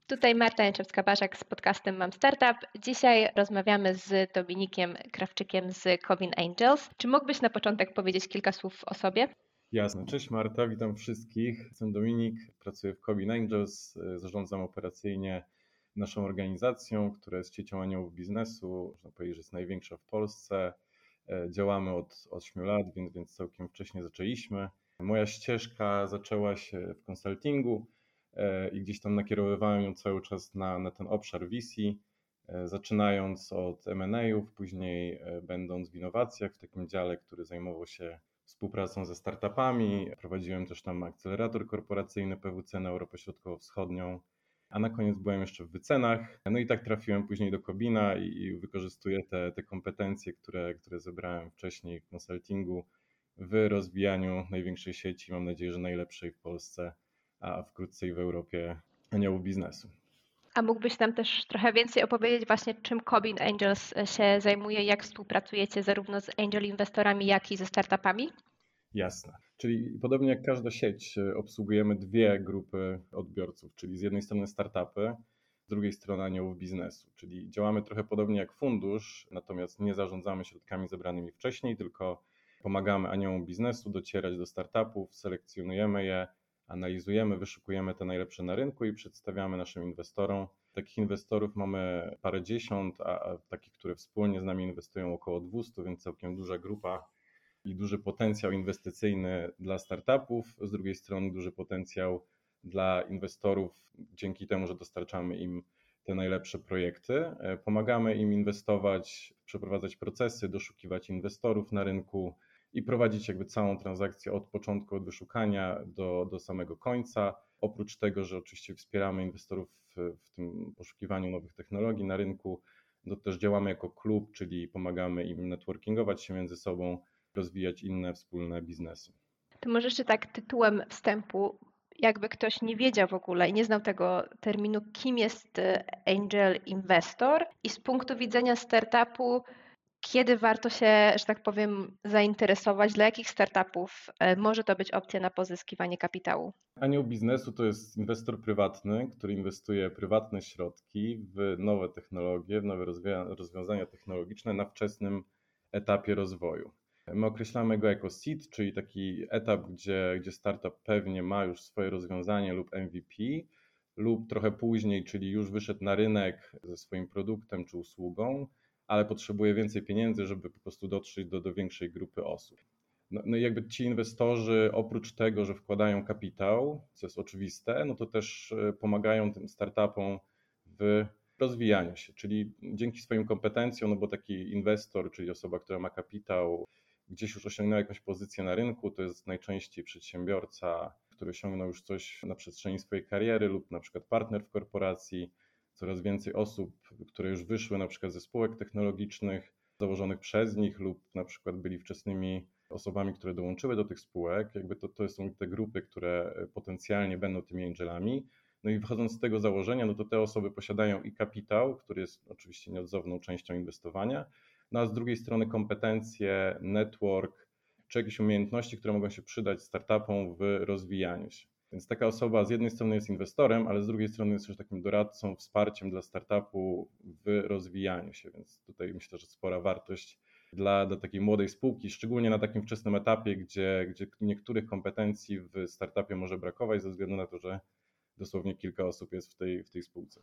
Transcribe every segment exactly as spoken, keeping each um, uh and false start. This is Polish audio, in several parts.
Tutaj Marta Jęczewska-Baszak z podcastem Mam Startup. Dzisiaj rozmawiamy z Dominikiem Krawczykiem z Cobin Angels. Czy mógłbyś na początek powiedzieć kilka słów o sobie? Jasne. Cześć Marta, witam wszystkich. Jestem Dominik, pracuję w Cobin Angels, zarządzam operacyjnie naszą organizacją, która jest siecią aniołów biznesu. Można powiedzieć, że jest największa w Polsce. Działamy od ośmiu lat, więc, więc całkiem wcześnie zaczęliśmy. Moja ścieżka zaczęła się w konsultingu i gdzieś tam nakierowywałem ją cały czas na, na ten obszar V C, zaczynając od M and A'ów, później będąc w innowacjach w takim dziale, który zajmował się współpracą ze startupami. Prowadziłem też tam akcelerator korporacyjny P W C na Europę Środkowo-Wschodnią, a na koniec byłem jeszcze w wycenach. No i tak trafiłem później do Cobina i, i wykorzystuję te, te kompetencje, które, które zebrałem wcześniej w konsultingu w rozwijaniu największej sieci, mam nadzieję, że najlepszej w Polsce, a wkrótce i w Europie aniołów biznesu. A mógłbyś nam też trochę więcej opowiedzieć właśnie, czym Cobin Angels się zajmuje, jak współpracujecie zarówno z angel inwestorami, jak i ze startupami? Jasne. Czyli podobnie jak każda sieć, obsługujemy dwie grupy odbiorców, czyli z jednej strony startupy, z drugiej strony aniołów biznesu. Czyli działamy trochę podobnie jak fundusz, natomiast nie zarządzamy środkami zebranymi wcześniej, tylko pomagamy aniołom biznesu docierać do startupów, selekcjonujemy je, analizujemy, wyszukujemy te najlepsze na rynku i przedstawiamy naszym inwestorom. Takich inwestorów mamy parędziesiąt, a takich, które wspólnie z nami inwestują, około dwieście, więc całkiem duża grupa i duży potencjał inwestycyjny dla startupów, z drugiej strony duży potencjał dla inwestorów dzięki temu, że dostarczamy im te najlepsze projekty. Pomagamy im inwestować, przeprowadzać procesy, doszukiwać inwestorów na rynku i prowadzić jakby całą transakcję od początku, od wyszukania do, do samego końca. Oprócz tego, że oczywiście wspieramy inwestorów w, w tym poszukiwaniu nowych technologii na rynku, to też działamy jako klub, czyli pomagamy im networkingować się między sobą, rozwijać inne wspólne biznesy. To może jeszcze tak tytułem wstępu, jakby ktoś nie wiedział w ogóle i nie znał tego terminu, kim jest angel inwestor i z punktu widzenia startupu, kiedy warto się, że tak powiem, zainteresować, dla jakich startupów może to być opcja na pozyskiwanie kapitału? Anioł biznesu to jest inwestor prywatny, który inwestuje prywatne środki w nowe technologie, w nowe rozwiązania technologiczne na wczesnym etapie rozwoju. My określamy go jako seed, czyli taki etap, gdzie, gdzie startup pewnie ma już swoje rozwiązanie lub M V P, lub trochę później, czyli już wyszedł na rynek ze swoim produktem czy usługą, ale potrzebuje więcej pieniędzy, żeby po prostu dotrzeć do, do większej grupy osób. No, no i jakby ci inwestorzy, oprócz tego, że wkładają kapitał, co jest oczywiste, no to też pomagają tym startupom w rozwijaniu się, czyli dzięki swoim kompetencjom, no bo taki inwestor, czyli osoba, która ma kapitał, gdzieś już osiągnęła jakąś pozycję na rynku, to jest najczęściej przedsiębiorca, który osiągnął już coś na przestrzeni swojej kariery lub na przykład partner w korporacji, coraz więcej osób, które już wyszły na przykład ze spółek technologicznych założonych przez nich lub na przykład byli wczesnymi osobami, które dołączyły do tych spółek, jakby to, to są te grupy, które potencjalnie będą tymi angelami. No i wychodząc z tego założenia, no to te osoby posiadają i kapitał, który jest oczywiście nieodzowną częścią inwestowania, no a z drugiej strony kompetencje, network, czy jakieś umiejętności, które mogą się przydać startupom w rozwijaniu się. Więc taka osoba z jednej strony jest inwestorem, ale z drugiej strony jest też takim doradcą, wsparciem dla startupu w rozwijaniu się, więc tutaj myślę, że spora wartość dla, dla takiej młodej spółki, szczególnie na takim wczesnym etapie, gdzie, gdzie niektórych kompetencji w startupie może brakować ze względu na to, że dosłownie kilka osób jest w tej, w tej spółce.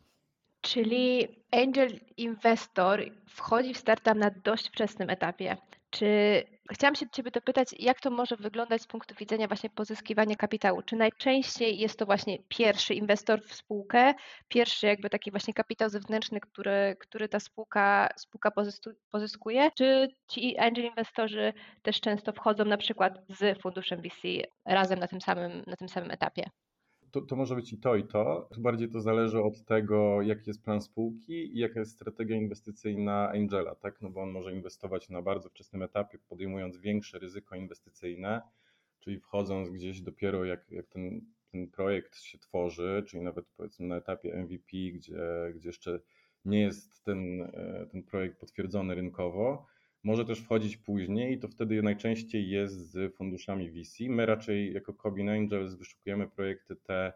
Czyli angel inwestor wchodzi w startup na dość wczesnym etapie. Czy chciałam się Ciebie dopytać, jak to może wyglądać z punktu widzenia właśnie pozyskiwania kapitału? Czy najczęściej jest to właśnie pierwszy inwestor w spółkę, pierwszy jakby taki właśnie kapitał zewnętrzny, który, który ta spółka, spółka pozyskuje? Czy ci angel inwestorzy też często wchodzą na przykład z funduszem V C razem na tym samym, na tym samym etapie? To, to może być i to, i to. Bardziej to zależy od tego, jaki jest plan spółki i jaka jest strategia inwestycyjna Angela, tak? No bo on może inwestować na bardzo wczesnym etapie, podejmując większe ryzyko inwestycyjne, czyli wchodząc gdzieś dopiero jak, jak ten, ten projekt się tworzy, czyli nawet powiedzmy na etapie M V P, gdzie, gdzie jeszcze nie jest ten, ten projekt potwierdzony rynkowo. Może też wchodzić później i to wtedy najczęściej jest z funduszami V C. My raczej jako Cobin Angels wyszukujemy projekty te,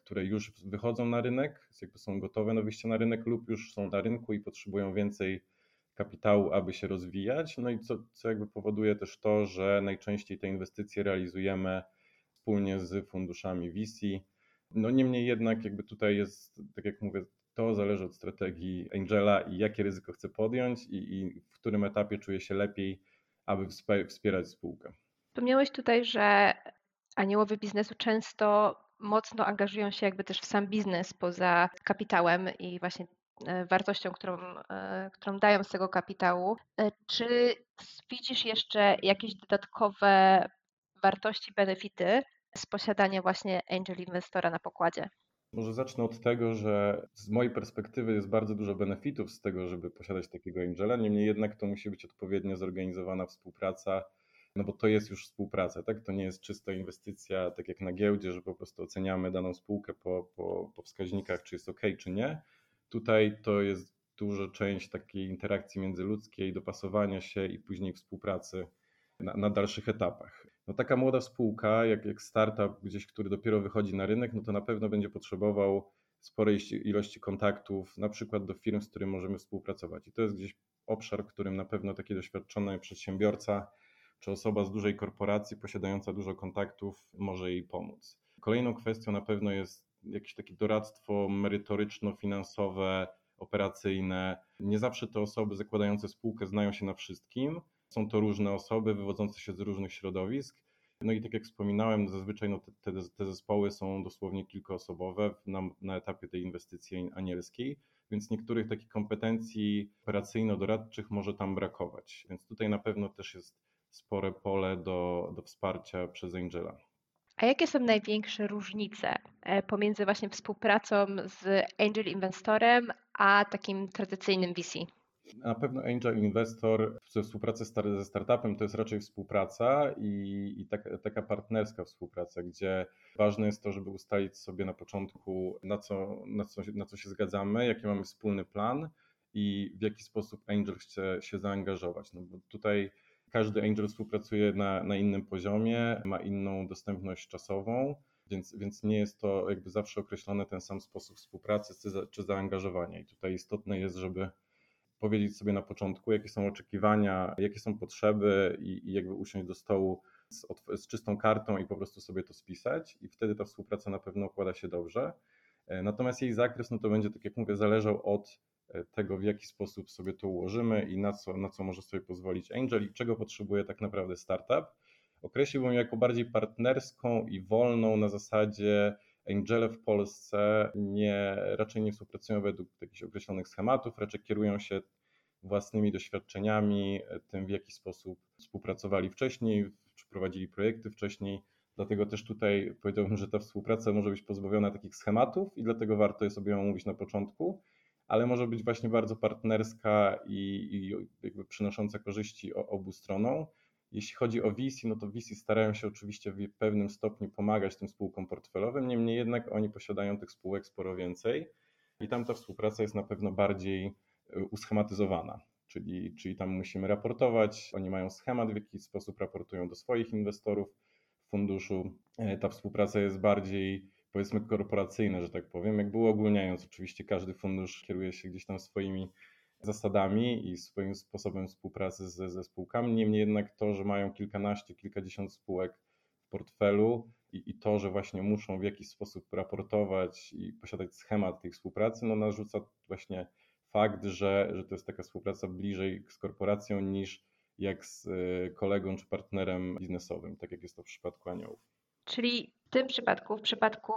które już wychodzą na rynek, jakby są gotowe na wyjście na rynek lub już są na rynku i potrzebują więcej kapitału, aby się rozwijać. No i co, co jakby powoduje też to, że najczęściej te inwestycje realizujemy wspólnie z funduszami V C. No niemniej jednak jakby tutaj jest, tak jak mówię, to zależy od strategii Angela i jakie ryzyko chce podjąć i, i w którym etapie czuje się lepiej, aby wspierać spółkę. Wspomniałeś tutaj, że aniołowie biznesu często mocno angażują się jakby też w sam biznes poza kapitałem i właśnie e, wartością, którą, e, którą dają z tego kapitału. E, Czy widzisz jeszcze jakieś dodatkowe wartości, benefity z posiadania właśnie angel inwestora na pokładzie? Może zacznę od tego, że z mojej perspektywy jest bardzo dużo benefitów z tego, żeby posiadać takiego angela, niemniej jednak to musi być odpowiednio zorganizowana współpraca, no bo to jest już współpraca, tak? To nie jest czysta inwestycja, tak jak na giełdzie, że po prostu oceniamy daną spółkę po, po, po wskaźnikach, czy jest OK, czy nie. Tutaj to jest duża część takiej interakcji międzyludzkiej, dopasowania się i później współpracy na, na dalszych etapach. No taka młoda spółka, jak, jak startup gdzieś, który dopiero wychodzi na rynek, no to na pewno będzie potrzebował sporej ilości kontaktów, na przykład do firm, z którymi możemy współpracować. I to jest gdzieś obszar, w którym na pewno taki doświadczony przedsiębiorca czy osoba z dużej korporacji posiadająca dużo kontaktów może jej pomóc. Kolejną kwestią na pewno jest jakieś takie doradztwo merytoryczno-finansowe, operacyjne. Nie zawsze te osoby zakładające spółkę znają się na wszystkim. Są to różne osoby wywodzące się z różnych środowisk. No i tak jak wspominałem, zazwyczaj no te, te, te zespoły są dosłownie kilkoosobowe na, na etapie tej inwestycji anielskiej, więc niektórych takich kompetencji operacyjno-doradczych może tam brakować. Więc tutaj na pewno też jest spore pole do, do wsparcia przez Angela. A jakie są największe różnice e, pomiędzy właśnie współpracą z angel inwestorem a takim tradycyjnym V C? Na pewno angel inwestor we współpracy ze startupem to jest raczej współpraca i, i taka, taka partnerska współpraca, gdzie ważne jest to, żeby ustalić sobie na początku, na co, na co, na co się zgadzamy, jaki mamy wspólny plan i w jaki sposób angel chce się zaangażować. No bo tutaj każdy angel współpracuje na, na innym poziomie, ma inną dostępność czasową, więc, więc nie jest to jakby zawsze określony ten sam sposób współpracy czy, za, czy zaangażowania. I tutaj istotne jest, żeby powiedzieć sobie na początku, jakie są oczekiwania, jakie są potrzeby i, i jakby usiąść do stołu z, z czystą kartą i po prostu sobie to spisać i wtedy ta współpraca na pewno układa się dobrze. Natomiast jej zakres, no to będzie, tak jak mówię, zależał od tego, w jaki sposób sobie to ułożymy i na co, na co może sobie pozwolić angel i czego potrzebuje tak naprawdę startup. Określiłbym ją jako bardziej partnerską i wolną na zasadzie angele w Polsce nie, raczej nie współpracują według jakichś określonych schematów, raczej kierują się własnymi doświadczeniami, tym w jaki sposób współpracowali wcześniej, czy prowadzili projekty wcześniej. Dlatego też tutaj powiedziałbym, że ta współpraca może być pozbawiona takich schematów i dlatego warto jest sobie omówić na początku, ale może być właśnie bardzo partnerska i, i jakby przynosząca korzyści obu stronom. Jeśli chodzi o V C, no to V C starają się oczywiście w pewnym stopniu pomagać tym spółkom portfelowym, niemniej jednak oni posiadają tych spółek sporo więcej i tam ta współpraca jest na pewno bardziej uschematyzowana, czyli, czyli tam musimy raportować, oni mają schemat, w jaki sposób raportują do swoich inwestorów w funduszu. Ta współpraca jest bardziej, powiedzmy, korporacyjna, że tak powiem. Jakby uogólniając, oczywiście każdy fundusz kieruje się gdzieś tam swoimi zasadami i swoim sposobem współpracy ze, ze spółkami. Niemniej jednak to, że mają kilkanaście, kilkadziesiąt spółek w portfelu i, i to, że właśnie muszą w jakiś sposób raportować i posiadać schemat tej współpracy, no narzuca właśnie fakt, że, że to jest taka współpraca bliżej z korporacją niż jak z kolegą czy partnerem biznesowym, tak jak jest to w przypadku aniołów. Czyli w tym przypadku, w przypadku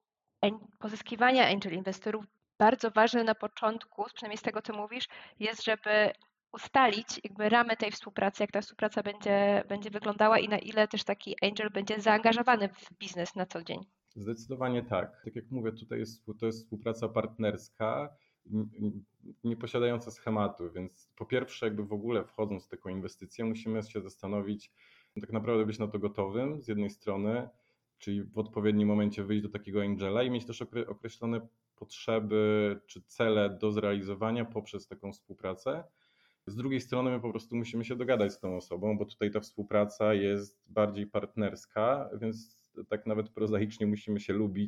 pozyskiwania angel inwestorów, bardzo ważne na początku, przynajmniej z tego co mówisz, jest, żeby ustalić jakby ramy tej współpracy, jak ta współpraca będzie, będzie wyglądała i na ile też taki angel będzie zaangażowany w biznes na co dzień. Zdecydowanie tak. Tak jak mówię, tutaj jest, to jest współpraca partnerska, nie posiadająca schematu, więc po pierwsze jakby w ogóle wchodząc w taką inwestycję musimy się zastanowić, tak naprawdę być na to gotowym z jednej strony, czyli w odpowiednim momencie wyjść do takiego angela i mieć też określone potrzeby czy cele do zrealizowania poprzez taką współpracę. Z drugiej strony my po prostu musimy się dogadać z tą osobą, bo tutaj ta współpraca jest bardziej partnerska, więc tak nawet prozaicznie musimy się lubić,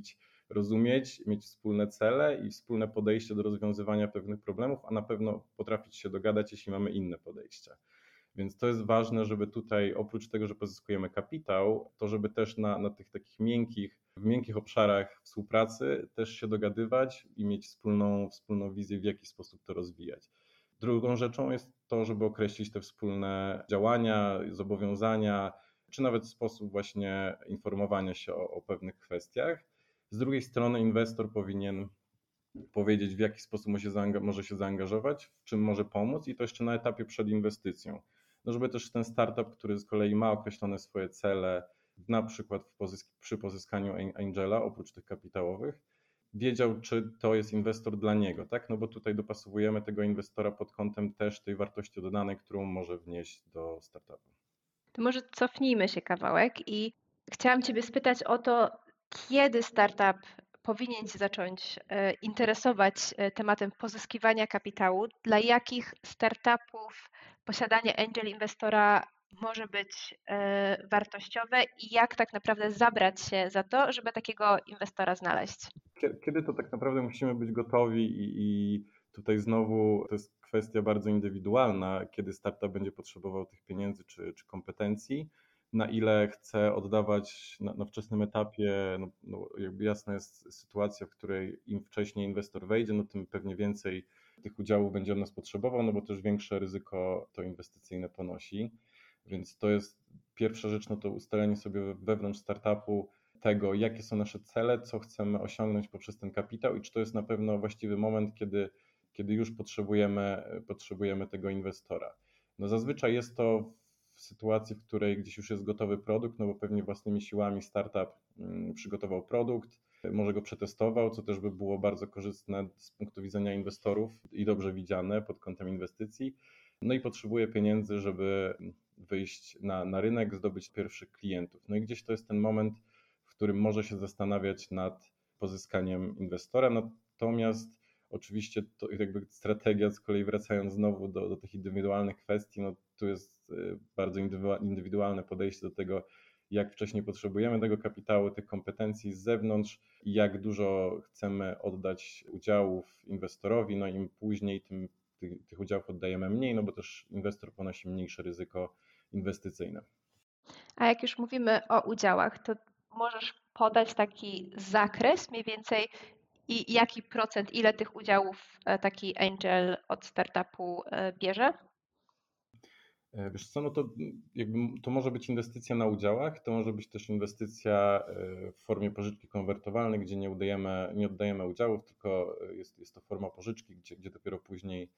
rozumieć, mieć wspólne cele i wspólne podejście do rozwiązywania pewnych problemów, a na pewno potrafić się dogadać, jeśli mamy inne podejścia. Więc to jest ważne, żeby tutaj oprócz tego, że pozyskujemy kapitał, to żeby też na, na tych takich miękkich, w miękkich obszarach współpracy też się dogadywać i mieć wspólną, wspólną wizję, w jaki sposób to rozwijać. Drugą rzeczą jest to, żeby określić te wspólne działania, zobowiązania, czy nawet sposób właśnie informowania się o, o pewnych kwestiach. Z drugiej strony inwestor powinien powiedzieć, w jaki sposób może się, zaanga- może się zaangażować, w czym może pomóc i to jeszcze na etapie przed inwestycją. No żeby też ten startup, który z kolei ma określone swoje cele, na przykład w pozysk- przy pozyskaniu angela, oprócz tych kapitałowych, wiedział, czy to jest inwestor dla niego, tak? No bo tutaj dopasowujemy tego inwestora pod kątem też tej wartości dodanej, którą może wnieść do startupu. To może cofnijmy się kawałek i chciałam Ciebie spytać o to, kiedy startup powinien się zacząć e, interesować e, tematem pozyskiwania kapitału, dla jakich startupów posiadanie angel inwestora może być e, wartościowe i jak tak naprawdę zabrać się za to, żeby takiego inwestora znaleźć. Kiedy to tak naprawdę musimy być gotowi i, i tutaj znowu to jest kwestia bardzo indywidualna, kiedy startup będzie potrzebował tych pieniędzy czy, czy kompetencji, na ile chce oddawać na, na wczesnym etapie, no, no jakby jasna jest sytuacja, w której im wcześniej inwestor wejdzie, no tym pewnie więcej tych udziałów będzie od nas potrzebował, no bo też większe ryzyko to inwestycyjne ponosi. Więc to jest pierwsza rzecz, no to ustalenie sobie wewnątrz startupu tego, jakie są nasze cele, co chcemy osiągnąć poprzez ten kapitał i czy to jest na pewno właściwy moment, kiedy, kiedy już potrzebujemy, potrzebujemy tego inwestora. No zazwyczaj jest to w sytuacji, w której gdzieś już jest gotowy produkt, no bo pewnie własnymi siłami startup przygotował produkt, może go przetestował, co też by było bardzo korzystne z punktu widzenia inwestorów i dobrze widziane pod kątem inwestycji. No i potrzebuje pieniędzy, żeby wyjść na, na rynek, zdobyć pierwszych klientów. No i gdzieś to jest ten moment, w którym może się zastanawiać nad pozyskaniem inwestora. Natomiast oczywiście to jakby strategia, z kolei wracając znowu do, do tych indywidualnych kwestii, no tu jest bardzo indywidualne podejście do tego, jak wcześniej potrzebujemy tego kapitału, tych kompetencji z zewnątrz i jak dużo chcemy oddać udziałów inwestorowi, no im później, tym tych, tych udziałów oddajemy mniej, no bo też inwestor ponosi mniejsze ryzyko inwestycyjne. A jak już mówimy o udziałach, to możesz podać taki zakres mniej więcej i jaki procent, ile tych udziałów taki angel od startupu bierze? Wiesz co, no to jakby to może być inwestycja na udziałach, to może być też inwestycja w formie pożyczki konwertowalnej, gdzie nie oddajemy, nie oddajemy udziałów, tylko jest, jest to forma pożyczki, gdzie, gdzie dopiero później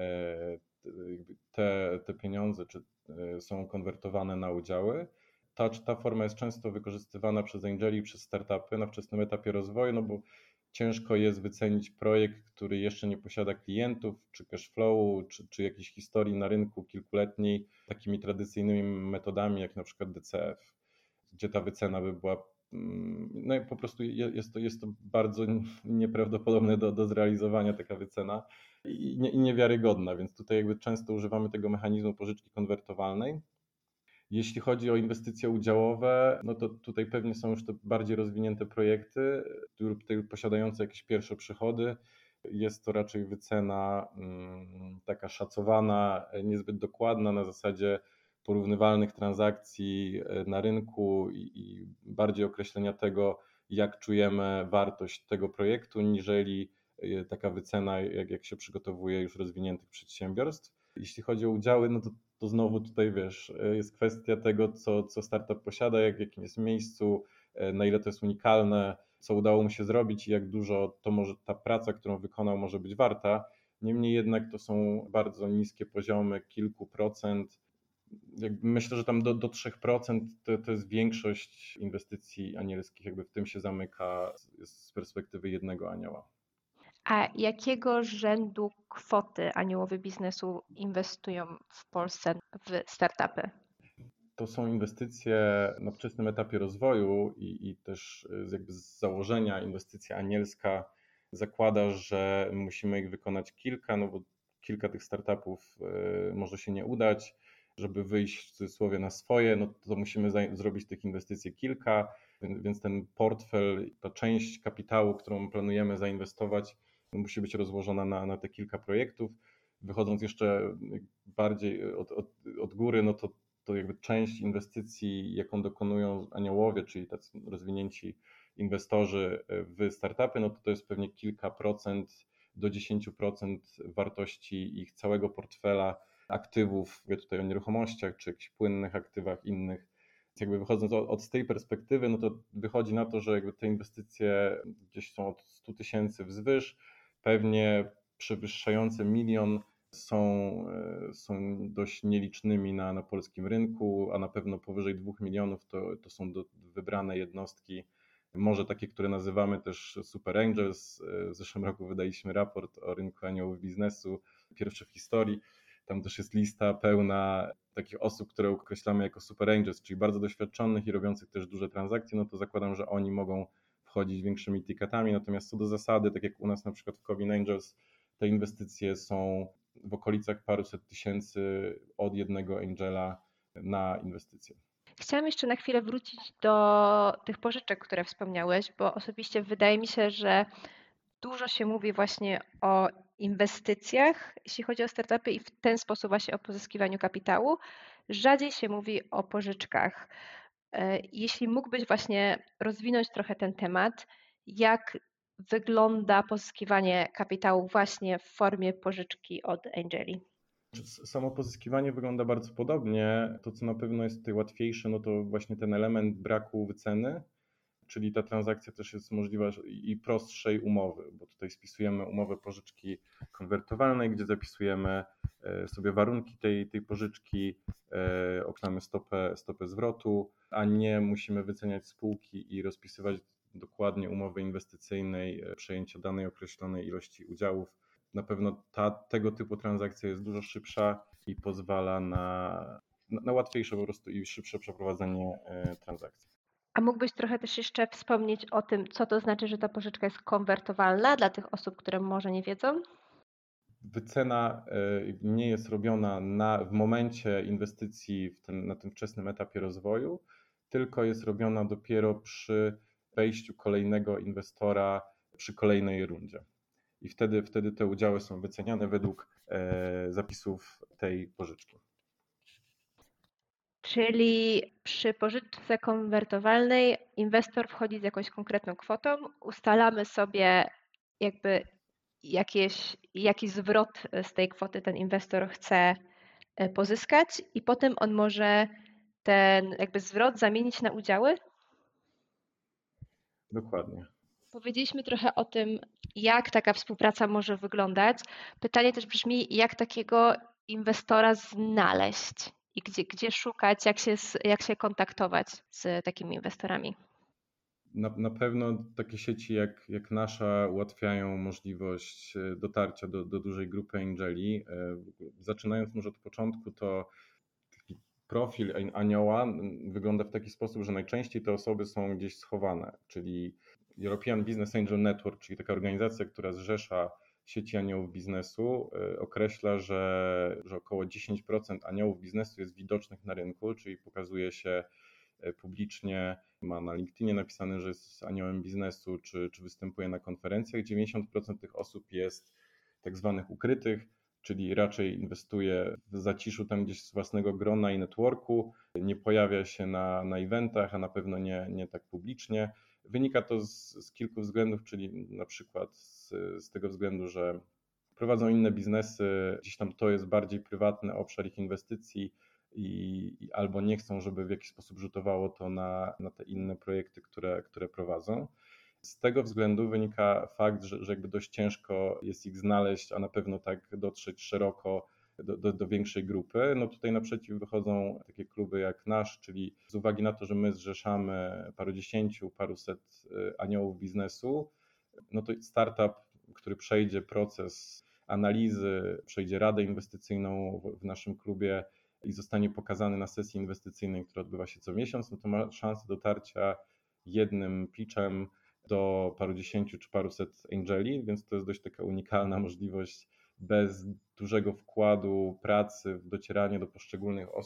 te, te pieniądze czy są konwertowane na udziały. Ta, ta forma jest często wykorzystywana przez angeli, przez startupy na wczesnym etapie rozwoju, no bo ciężko jest wycenić projekt, który jeszcze nie posiada klientów, czy cashflowu, czy, czy jakiejś historii na rynku kilkuletniej, takimi tradycyjnymi metodami, jak na przykład D C F, gdzie ta wycena by była, no i po prostu jest to, jest to bardzo nieprawdopodobne do, do zrealizowania taka wycena i, nie, i niewiarygodna, więc tutaj jakby często używamy tego mechanizmu pożyczki konwertowalnej. Jeśli chodzi o inwestycje udziałowe, no to tutaj pewnie są już te bardziej rozwinięte projekty lub posiadające jakieś pierwsze przychody. Jest to raczej wycena taka szacowana, niezbyt dokładna na zasadzie porównywalnych transakcji na rynku i, i bardziej określenia tego, jak czujemy wartość tego projektu, niżeli taka wycena, jak, jak się przygotowuje już rozwiniętych przedsiębiorstw. Jeśli chodzi o udziały, no to, to znowu tutaj wiesz, jest kwestia tego, co, co startup posiada, jak, w jakim jest miejscu, na ile to jest unikalne, co udało mu się zrobić i jak dużo to może ta praca, którą wykonał, może być warta. Niemniej jednak to są bardzo niskie poziomy, kilku procent. Myślę, że tam do, do trzech procent to, to jest większość inwestycji anielskich, jakby w tym się zamyka z perspektywy jednego anioła. A jakiego rzędu kwoty aniołowie biznesu inwestują w Polsce w startupy? To są inwestycje na wczesnym etapie rozwoju i, i też jakby z założenia inwestycja anielska zakłada, że musimy ich wykonać kilka, no bo kilka tych startupów może się nie udać. Żeby wyjść w cudzysłowie na swoje, no to musimy zrobić tych inwestycji kilka. Więc ten portfel, ta część kapitału, którą planujemy zainwestować, musi być rozłożona na, na te kilka projektów. Wychodząc jeszcze bardziej od, od, od góry, no to, to jakby część inwestycji, jaką dokonują aniołowie, czyli tacy rozwinięci inwestorzy w startupy, no to to jest pewnie kilka procent do dziesięć procent wartości ich całego portfela aktywów. Mówię tutaj o nieruchomościach czy jakichś płynnych aktywach innych. Jakby wychodząc od, od tej perspektywy, no to wychodzi na to, że jakby te inwestycje gdzieś są od stu tysięcy wzwyż, pewnie przewyższające milion są, są dość nielicznymi na, na polskim rynku, a na pewno powyżej dwóch milionów to, to są do, wybrane jednostki, może takie, które nazywamy też Super Angels. W zeszłym roku wydaliśmy raport o rynku aniołów biznesu, pierwszy w historii. Tam też jest lista pełna takich osób, które określamy jako Super Angels, czyli bardzo doświadczonych i robiących też duże transakcje, no to zakładam, że oni mogą wchodzić większymi ticketami, natomiast co do zasady, tak jak u nas na przykład w Covin Angels, te inwestycje są w okolicach paruset tysięcy od jednego angela na inwestycje. Chciałam jeszcze na chwilę wrócić do tych pożyczek, które wspomniałeś, bo osobiście wydaje mi się, że dużo się mówi właśnie o inwestycjach, jeśli chodzi o startupy i w ten sposób właśnie o pozyskiwaniu kapitału. Rzadziej się mówi o pożyczkach. Jeśli mógłbyś właśnie rozwinąć trochę ten temat, jak wygląda pozyskiwanie kapitału właśnie w formie pożyczki od Angeli? Samo pozyskiwanie wygląda bardzo podobnie. To, co na pewno jest tutaj łatwiejsze, no to właśnie ten element braku wyceny, czyli ta transakcja też jest możliwa i prostszej umowy, bo tutaj spisujemy umowę pożyczki konwertowalnej, gdzie zapisujemy sobie warunki tej, tej pożyczki, określamy stopę, stopę zwrotu, a nie musimy wyceniać spółki i rozpisywać dokładnie umowy inwestycyjnej, przejęcia danej określonej ilości udziałów. Na pewno ta, tego typu transakcja jest dużo szybsza i pozwala na, na łatwiejsze po prostu i szybsze przeprowadzenie transakcji. A mógłbyś trochę też jeszcze wspomnieć o tym, co to znaczy, że ta pożyczka jest konwertowalna dla tych osób, które może nie wiedzą? Wycena nie jest robiona na, w momencie inwestycji w ten, na tym wczesnym etapie rozwoju, tylko jest robiona dopiero przy wejściu kolejnego inwestora przy kolejnej rundzie. I wtedy, wtedy te udziały są wyceniane według zapisów tej pożyczki. Czyli przy pożyczce konwertowalnej inwestor wchodzi z jakąś konkretną kwotą, ustalamy sobie jakby jakieś, jaki zwrot z tej kwoty ten inwestor chce pozyskać i potem on może ten jakby zwrot zamienić na udziały? Dokładnie. Powiedzieliśmy trochę o tym, jak taka współpraca może wyglądać. Pytanie też brzmi, jak takiego inwestora znaleźć i gdzie, gdzie szukać, jak się, jak się kontaktować z takimi inwestorami? Na, na pewno takie sieci jak, jak nasza ułatwiają możliwość dotarcia do, do dużej grupy angeli. Zaczynając może od początku, to taki profil anioła wygląda w taki sposób, że najczęściej te osoby są gdzieś schowane, czyli European Business Angel Network, czyli taka organizacja, która zrzesza sieci aniołów biznesu, określa, że, że około dziesięć procent aniołów biznesu jest widocznych na rynku, czyli pokazuje się publicznie, ma na LinkedInie napisane, że jest aniołem biznesu, czy, czy występuje na konferencjach. dziewięćdziesiąt procent tych osób jest tak zwanych ukrytych, czyli raczej inwestuje w zaciszu tam gdzieś z własnego grona i networku, nie pojawia się na, na eventach, a na pewno nie, nie tak publicznie. Wynika to z, z kilku względów, czyli na przykład z, z tego względu, że prowadzą inne biznesy, gdzieś tam to jest bardziej prywatny obszar ich inwestycji, i, i albo nie chcą, żeby w jakiś sposób rzutowało to na, na te inne projekty, które, które prowadzą. Z tego względu wynika fakt, że, że jakby dość ciężko jest ich znaleźć, a na pewno tak dotrzeć szeroko do, do, do większej grupy. No tutaj naprzeciw wychodzą takie kluby jak nasz, czyli z uwagi na to, że my zrzeszamy parudziesięciu, paruset aniołów biznesu, no to startup, który przejdzie proces analizy, przejdzie radę inwestycyjną w, w naszym klubie i zostanie pokazany na sesji inwestycyjnej, która odbywa się co miesiąc, no to ma szansę dotarcia jednym pitchem do parudziesięciu czy paruset angeli, więc to jest dość taka unikalna możliwość bez dużego wkładu pracy w docieranie do poszczególnych osób.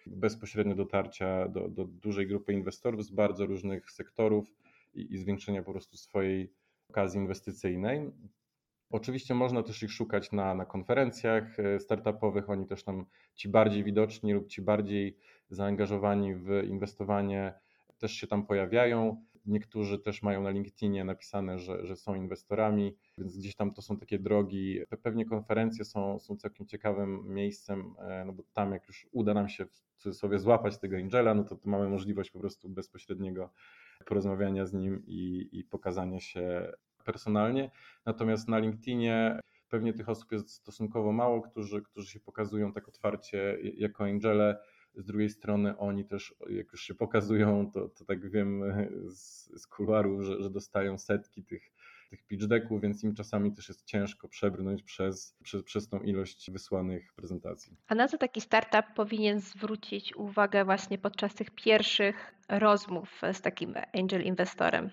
bezpośrednio dotarcia do, do dużej grupy inwestorów z bardzo różnych sektorów i, i zwiększenia po prostu swojej okazji inwestycyjnej. Oczywiście można też ich szukać na, na konferencjach startupowych, oni też tam ci bardziej widoczni lub ci bardziej zaangażowani w inwestowanie też się tam pojawiają. Niektórzy też mają na LinkedInie napisane, że, że są inwestorami, więc gdzieś tam to są takie drogi. Pewnie konferencje są, są całkiem ciekawym miejscem, no bo tam jak już uda nam się w cudzysłowie złapać tego Angela, no to, to mamy możliwość po prostu bezpośredniego porozmawiania z nim i, i pokazania się personalnie. Natomiast na LinkedInie pewnie tych osób jest stosunkowo mało, którzy, którzy się pokazują tak otwarcie jako angele. Z drugiej strony oni też, jak już się pokazują, to, to tak wiem z, z kuluarów, że, że dostają setki tych, tych pitch decków, więc im czasami też jest ciężko przebrnąć przez, przez, przez tą ilość wysłanych prezentacji. A na co taki startup powinien zwrócić uwagę właśnie podczas tych pierwszych rozmów z takim angel inwestorem?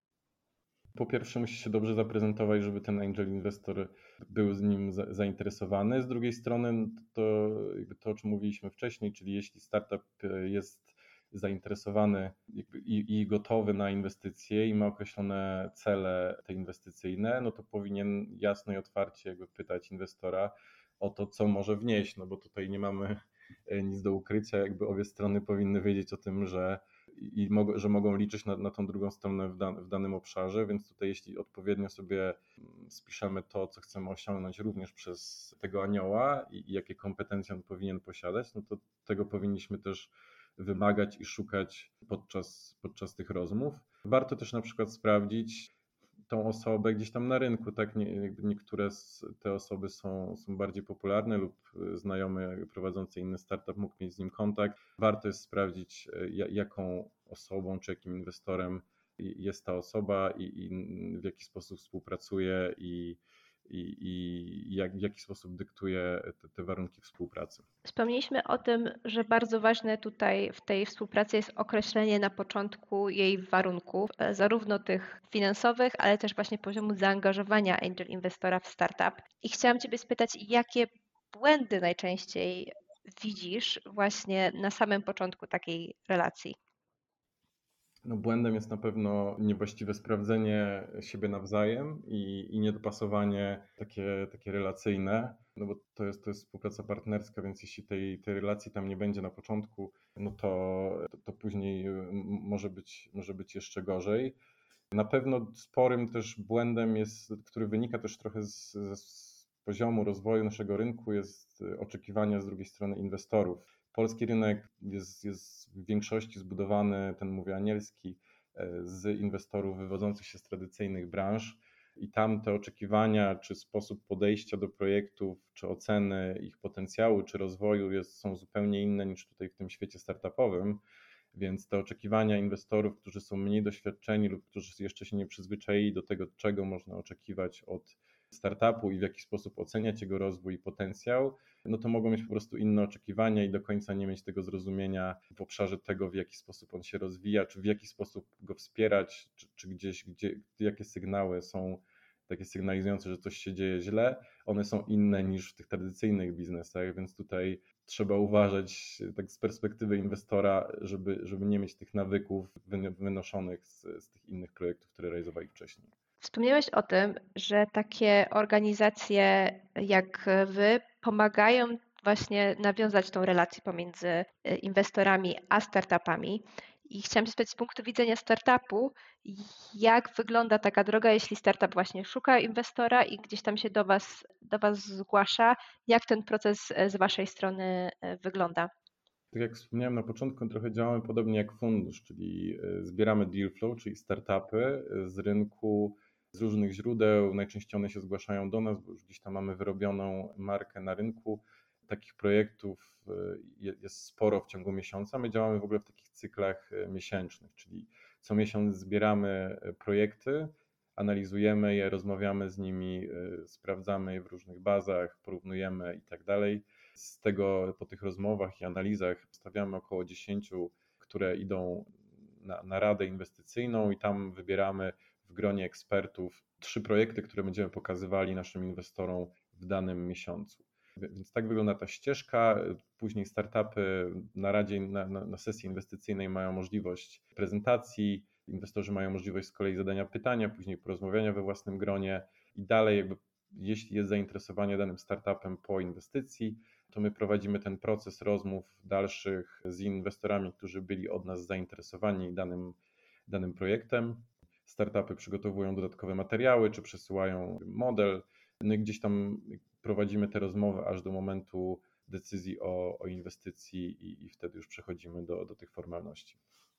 Po pierwsze musi się dobrze zaprezentować, żeby ten angel inwestor był z nim za, zainteresowany. Z drugiej strony to, jakby to, o czym mówiliśmy wcześniej, czyli jeśli startup jest zainteresowany i, i gotowy na inwestycje i ma określone cele te inwestycyjne, no to powinien jasno i otwarcie jakby pytać inwestora o to, co może wnieść, no bo tutaj nie mamy nic do ukrycia, jakby obie strony powinny wiedzieć o tym, że i mogą, że mogą liczyć na, na tą drugą stronę w, dan, w danym obszarze, więc tutaj jeśli odpowiednio sobie spiszemy to, co chcemy osiągnąć również przez tego anioła i, i jakie kompetencje on powinien posiadać, no to tego powinniśmy też wymagać i szukać podczas, podczas tych rozmów. Warto też na przykład sprawdzić tą osobę gdzieś tam na rynku, tak? Nie, niektóre z te osoby są, są bardziej popularne lub znajomy prowadzący inny startup mógł mieć z nim kontakt. Warto jest sprawdzić, jaką osobą czy jakim inwestorem jest ta osoba i, i w jaki sposób współpracuje i, i, i jak, w jaki sposób dyktuje te, te warunki współpracy. Wspomnieliśmy o tym, że bardzo ważne tutaj w tej współpracy jest określenie na początku jej warunków, zarówno tych finansowych, ale też właśnie poziomu zaangażowania angel inwestora w startup. I chciałam Ciebie spytać, jakie błędy najczęściej widzisz właśnie na samym początku takiej relacji? No błędem jest na pewno niewłaściwe sprawdzenie siebie nawzajem i, i niedopasowanie takie, takie relacyjne, no bo to jest, to jest współpraca partnerska, więc jeśli tej, tej relacji tam nie będzie na początku, no to, to, to później może być, może być jeszcze gorzej. Na pewno sporym też błędem jest, który wynika też trochę z, z poziomu rozwoju naszego rynku, jest oczekiwania z drugiej strony inwestorów. Polski rynek jest, jest w większości zbudowany, ten mówię anielski, z inwestorów wywodzących się z tradycyjnych branż i tam te oczekiwania, czy sposób podejścia do projektów, czy oceny ich potencjału, czy rozwoju jest, są zupełnie inne niż tutaj w tym świecie startupowym. Więc te oczekiwania inwestorów, którzy są mniej doświadczeni lub którzy jeszcze się nie przyzwyczaili do tego, czego można oczekiwać od startupu i w jaki sposób oceniać jego rozwój i potencjał, no to mogą mieć po prostu inne oczekiwania i do końca nie mieć tego zrozumienia w obszarze tego, w jaki sposób on się rozwija, czy w jaki sposób go wspierać, czy, czy gdzieś, gdzie, jakie sygnały są takie sygnalizujące, że coś się dzieje źle, one są inne niż w tych tradycyjnych biznesach, więc tutaj trzeba uważać tak z perspektywy inwestora, żeby, żeby nie mieć tych nawyków wynoszonych z, z tych innych projektów, które realizowali wcześniej. Wspomniałeś o tym, że takie organizacje jak Wy pomagają właśnie nawiązać tą relację pomiędzy inwestorami a startupami. I chciałam się spytać z punktu widzenia startupu, jak wygląda taka droga, jeśli startup właśnie szuka inwestora i gdzieś tam się do Was, do was zgłasza, jak ten proces z Waszej strony wygląda? Tak jak wspomniałem na początku, trochę działamy podobnie jak fundusz, czyli zbieramy deal flow, czyli startupy z rynku, z różnych źródeł. Najczęściej one się zgłaszają do nas, bo już gdzieś tam mamy wyrobioną markę na rynku. Takich projektów jest sporo w ciągu miesiąca. My działamy w ogóle w takich cyklach miesięcznych, czyli co miesiąc zbieramy projekty, analizujemy je, rozmawiamy z nimi, sprawdzamy je w różnych bazach, porównujemy i tak dalej. Z tego po tych rozmowach i analizach stawiamy około dziesięć, które idą na, na radę inwestycyjną i tam wybieramy w gronie ekspertów trzy projekty, które będziemy pokazywali naszym inwestorom w danym miesiącu. Więc tak wygląda ta ścieżka. Później startupy na radzie, na, na, na sesji inwestycyjnej mają możliwość prezentacji, inwestorzy mają możliwość z kolei zadania pytania, później porozmawiania we własnym gronie i dalej jakby jeśli jest zainteresowanie danym startupem po inwestycji, to my prowadzimy ten proces rozmów dalszych z inwestorami, którzy byli od nas zainteresowani danym, danym projektem. Startupy przygotowują dodatkowe materiały, czy przesyłają model. No i gdzieś tam prowadzimy te rozmowy aż do momentu decyzji o, o inwestycji i, i wtedy już przechodzimy do, do tych formalności.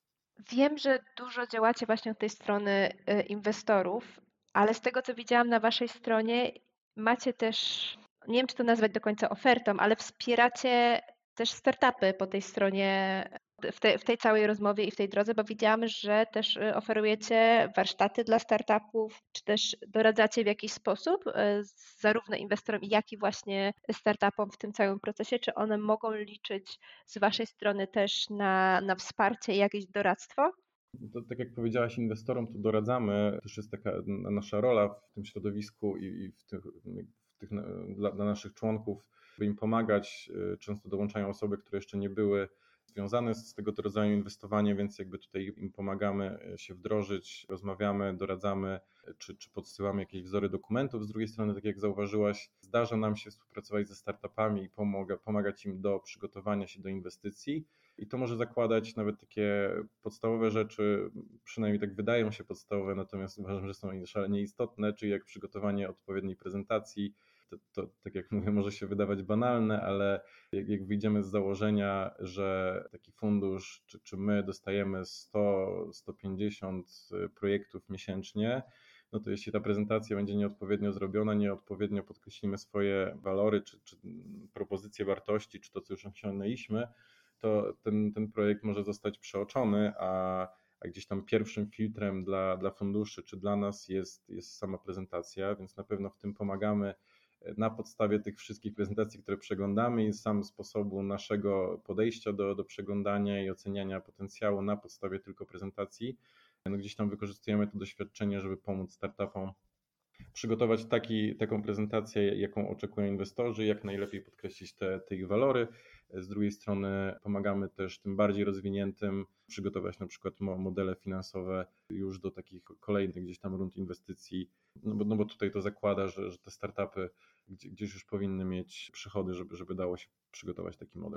Wiem, że dużo działacie właśnie od tej strony y, inwestorów, ale z tego co widziałam na waszej stronie, macie też, nie wiem czy to nazwać do końca ofertą, ale wspieracie też startupy po tej stronie, w, te, w tej całej rozmowie i w tej drodze, bo widziałam, że też y, oferujecie warsztaty dla startupów, czy też doradzacie w jakiś sposób y, zarówno inwestorom, jak i właśnie startupom w tym całym procesie, czy one mogą liczyć z waszej strony też na, na wsparcie i jakieś doradztwo? To, tak jak powiedziałaś, inwestorom to doradzamy. Też jest taka nasza rola w tym środowisku i, i w tych, w tych dla, dla naszych członków, by im pomagać. Często dołączają osoby, które jeszcze nie były związane z tego rodzaju inwestowaniem, więc jakby tutaj im pomagamy się wdrożyć, rozmawiamy, doradzamy, czy, czy podsyłamy jakieś wzory dokumentów. Z drugiej strony, tak jak zauważyłaś, zdarza nam się współpracować ze startupami i pomaga, pomagać im do przygotowania się do inwestycji. I to może zakładać nawet takie podstawowe rzeczy, przynajmniej tak wydają się podstawowe, natomiast uważam, że są szalenie istotne, czyli jak przygotowanie odpowiedniej prezentacji. To, to tak jak mówię, może się wydawać banalne, ale jak, jak wyjdziemy z założenia, że taki fundusz, czy, czy my dostajemy sto do stu pięćdziesięciu projektów miesięcznie, no to jeśli ta prezentacja będzie nieodpowiednio zrobiona, nieodpowiednio podkreślimy swoje walory, czy, czy propozycje wartości, czy to, co już osiągnęliśmy, to ten, ten projekt może zostać przeoczony, a, a gdzieś tam pierwszym filtrem dla, dla funduszy czy dla nas jest, jest sama prezentacja, więc na pewno w tym pomagamy na podstawie tych wszystkich prezentacji, które przeglądamy i sam sposobu naszego podejścia do, do przeglądania i oceniania potencjału na podstawie tylko prezentacji. No gdzieś tam wykorzystujemy to doświadczenie, żeby pomóc startupom przygotować taki, taką prezentację, jaką oczekują inwestorzy, jak najlepiej podkreślić te, te ich walory. Z drugiej strony pomagamy też tym bardziej rozwiniętym przygotować na przykład modele finansowe już do takich kolejnych gdzieś tam rund inwestycji, no bo, no bo tutaj to zakłada, że, że te startupy gdzieś już powinny mieć przychody, żeby, żeby dało się przygotować taki model.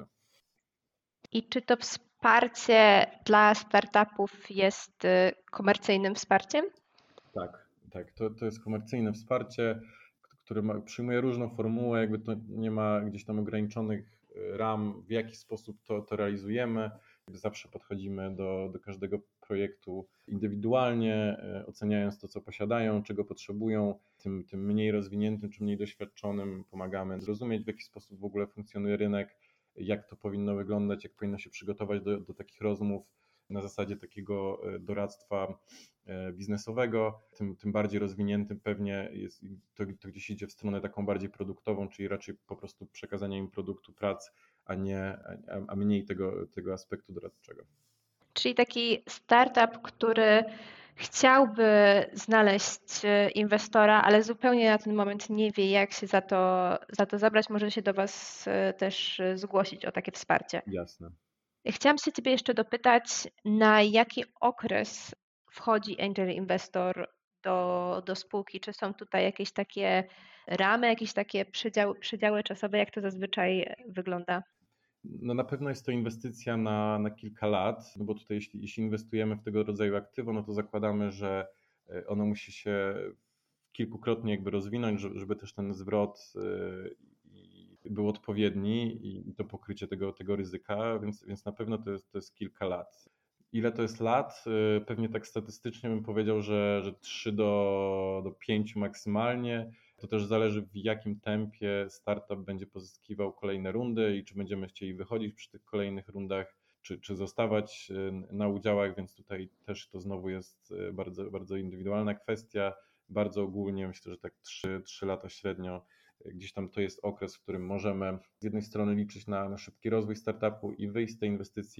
I czy to wsparcie dla startupów jest y, komercyjnym wsparciem? Tak, tak. To, to jest komercyjne wsparcie, które ma, przyjmuje różną formułę, jakby to nie ma gdzieś tam ograniczonych ram, w jaki sposób to, to realizujemy. Zawsze podchodzimy do, do każdego projektu indywidualnie, oceniając to, co posiadają, czego potrzebują. Tym, tym mniej rozwiniętym czy mniej doświadczonym pomagamy zrozumieć, w jaki sposób w ogóle funkcjonuje rynek, jak to powinno wyglądać, jak powinno się przygotować do, do takich rozmów na zasadzie takiego doradztwa biznesowego. Tym, tym bardziej rozwiniętym pewnie jest to, to gdzieś idzie w stronę taką bardziej produktową, czyli raczej po prostu przekazania im produktu prac, a nie, a, a mniej tego, tego aspektu doradczego. Czyli taki startup, który chciałby znaleźć inwestora, ale zupełnie na ten moment nie wie, jak się za to, za to zabrać, może się do Was też zgłosić o takie wsparcie. Jasne. Chciałam się Ciebie jeszcze dopytać, na jaki okres wchodzi angel inwestor do, do spółki? Czy są tutaj jakieś takie ramy, jakieś takie przedziały, przedziały czasowe? Jak to zazwyczaj wygląda? No na pewno jest to inwestycja na, na kilka lat, no bo tutaj jeśli, jeśli inwestujemy w tego rodzaju aktywo, no to zakładamy, że ono musi się kilkukrotnie jakby rozwinąć, żeby też ten zwrot był odpowiedni i to pokrycie tego, tego ryzyka, więc, więc na pewno to jest, to jest kilka lat. Ile to jest lat? Pewnie tak statystycznie bym powiedział, że, że trzy do pięciu maksymalnie. To też zależy, w jakim tempie startup będzie pozyskiwał kolejne rundy i czy będziemy chcieli wychodzić przy tych kolejnych rundach, czy, czy zostawać na udziałach, więc tutaj też to znowu jest bardzo, bardzo indywidualna kwestia. Bardzo ogólnie myślę, że tak trzy lata średnio gdzieś tam to jest okres, w którym możemy z jednej strony liczyć na, na szybki rozwój startupu i wyjść z tej inwestycji,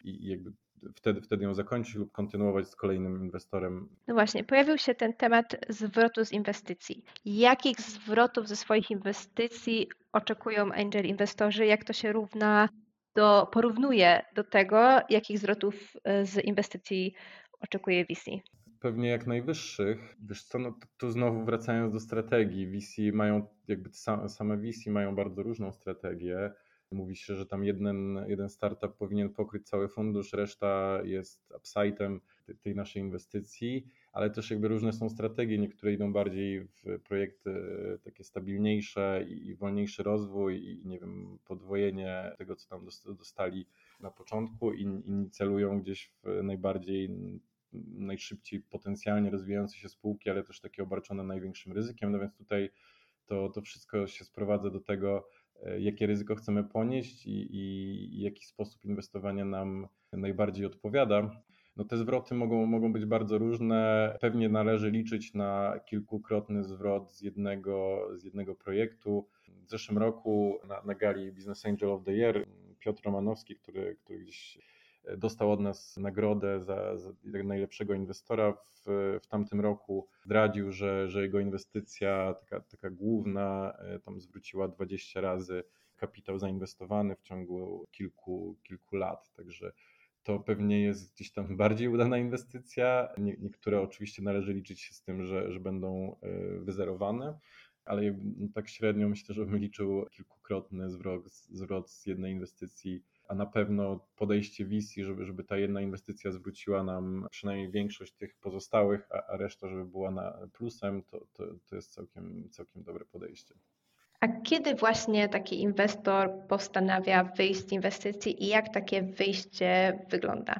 i jakby wtedy, wtedy ją zakończyć lub kontynuować z kolejnym inwestorem. No właśnie, pojawił się ten temat zwrotu z inwestycji. Jakich zwrotów ze swoich inwestycji oczekują angel inwestorzy? Jak to się równa do, porównuje do tego, jakich zwrotów e, z inwestycji oczekuje V C? Pewnie jak najwyższych. Wiesz co, no tu znowu wracając do strategii, V C mają, jakby same V C mają bardzo różną strategię. Mówi się, że tam jeden, jeden startup powinien pokryć cały fundusz, reszta jest upside'em tej naszej inwestycji, ale też jakby różne są strategie. Niektóre idą bardziej w projekty takie stabilniejsze i wolniejszy rozwój i nie wiem, podwojenie tego, co tam dostali na początku, inni celują gdzieś w najbardziej najszybciej potencjalnie rozwijające się spółki, ale też takie obarczone największym ryzykiem. No więc tutaj to, to wszystko się sprowadza do tego, jakie ryzyko chcemy ponieść i, i, i jaki sposób inwestowania nam najbardziej odpowiada. No te zwroty mogą, mogą być bardzo różne. Pewnie należy liczyć na kilkukrotny zwrot z jednego, z jednego projektu. W zeszłym roku na, na gali Business Angel of the Year Piotr Romanowski, który, który gdzieś dostał od nas nagrodę za, za najlepszego inwestora w, w tamtym roku. Zdradził, że, że jego inwestycja, taka, taka główna, tam zwróciła dwadzieścia razy kapitał zainwestowany w ciągu kilku, kilku lat. Także to pewnie jest gdzieś tam bardziej udana inwestycja. Nie, niektóre oczywiście należy liczyć się z tym, że, że będą wyzerowane, ale no tak średnio myślę, że bym liczył kilkukrotny zwrot, zwrot z jednej inwestycji, a na pewno podejście V C, żeby, żeby ta jedna inwestycja zwróciła nam przynajmniej większość tych pozostałych, a, a reszta, żeby była na plusem, to, to, to jest całkiem, całkiem dobre podejście. A kiedy właśnie taki inwestor postanawia wyjść z inwestycji i jak takie wyjście wygląda?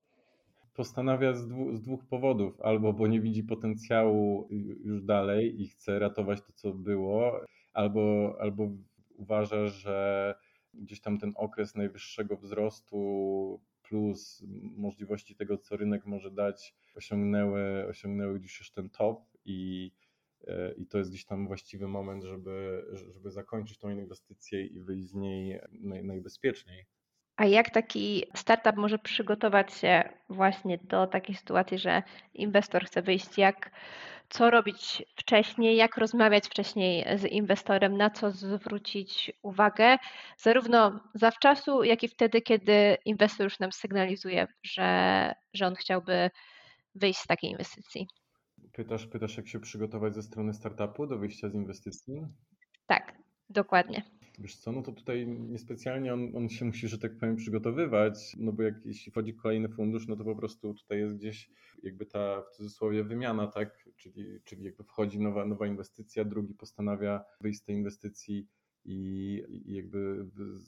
Postanawia z dwóch, z dwóch powodów. Albo bo nie widzi potencjału już dalej i chce ratować to, co było, albo, albo uważa, że gdzieś tam ten okres najwyższego wzrostu plus możliwości tego, co rynek może dać, osiągnęły, osiągnęły gdzieś już ten top i, i to jest gdzieś tam właściwy moment, żeby, żeby zakończyć tą inwestycję i wyjść z niej naj, najbezpieczniej. A jak taki startup może przygotować się właśnie do takiej sytuacji, że inwestor chce wyjść? Jak, co robić wcześniej, jak rozmawiać wcześniej z inwestorem, na co zwrócić uwagę, zarówno zawczasu, jak i wtedy, kiedy inwestor już nam sygnalizuje, że, że on chciałby wyjść z takiej inwestycji? Pytasz, pytasz, jak się przygotować ze strony startupu do wyjścia z inwestycji? Tak, dokładnie. Wiesz co, no to tutaj niespecjalnie on, on się musi, że tak powiem, przygotowywać, no bo jak, jeśli wchodzi kolejny fundusz, no to po prostu tutaj jest gdzieś jakby ta, w cudzysłowie, wymiana, tak? Czyli, czyli jakby wchodzi nowa, nowa inwestycja, drugi postanawia wyjść z tej inwestycji i, i jakby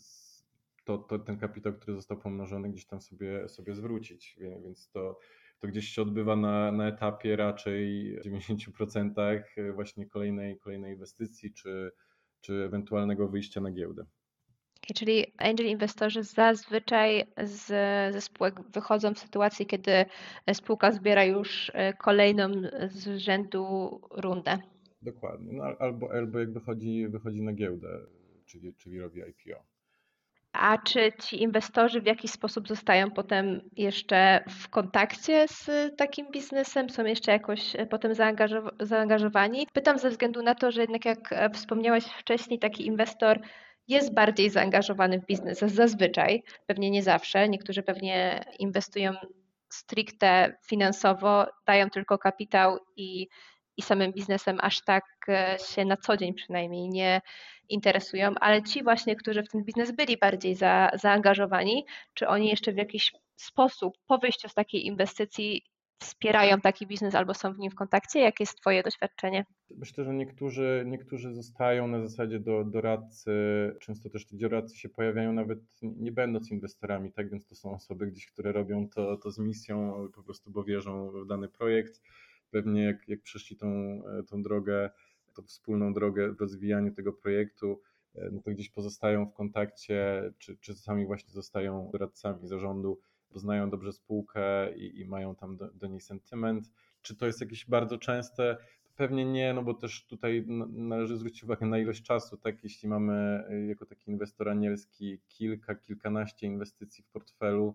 to, to ten kapitał, który został pomnożony, gdzieś tam sobie, sobie zwrócić, więc to to gdzieś się odbywa na, na etapie raczej w dziewięćdziesięciu procentach właśnie kolejnej, kolejnej inwestycji czy, czy ewentualnego wyjścia na giełdę. Okay, czyli angel inwestorzy zazwyczaj z, ze spółek wychodzą w sytuacji, kiedy spółka zbiera już kolejną z rzędu rundę. Dokładnie, no, albo, albo jak wychodzi, wychodzi na giełdę, czyli, czyli robi I P O. A czy ci inwestorzy w jakiś sposób zostają potem jeszcze w kontakcie z takim biznesem? Są jeszcze jakoś potem zaangażow- zaangażowani? Pytam ze względu na to, że jednak jak wspomniałaś wcześniej, taki inwestor jest bardziej zaangażowany w biznes zazwyczaj, pewnie nie zawsze. Niektórzy pewnie inwestują stricte finansowo, dają tylko kapitał i, i samym biznesem aż tak się na co dzień przynajmniej nie interesują, ale ci właśnie, którzy w ten biznes byli bardziej za, zaangażowani, czy oni jeszcze w jakiś sposób po wyjściu z takiej inwestycji wspierają taki biznes albo są w nim w kontakcie? Jakie jest Twoje doświadczenie? Myślę, że niektórzy, niektórzy zostają na zasadzie do, doradcy. Często też ci doradcy się pojawiają nawet nie będąc inwestorami, tak? Więc to są osoby gdzieś, które robią to, to z misją, po prostu bo wierzą w dany projekt. Pewnie jak, jak przeszli tą, tą drogę, tą wspólną drogę w rozwijaniu tego projektu, no to gdzieś pozostają w kontakcie, czy, czy czasami właśnie zostają doradcami zarządu, poznają dobrze spółkę i, i mają tam do, do niej sentyment. Czy to jest jakieś bardzo częste? Pewnie nie, no bo też tutaj należy zwrócić uwagę na ilość czasu, tak? Jeśli mamy jako taki inwestor anielski kilka, kilkanaście inwestycji w portfelu,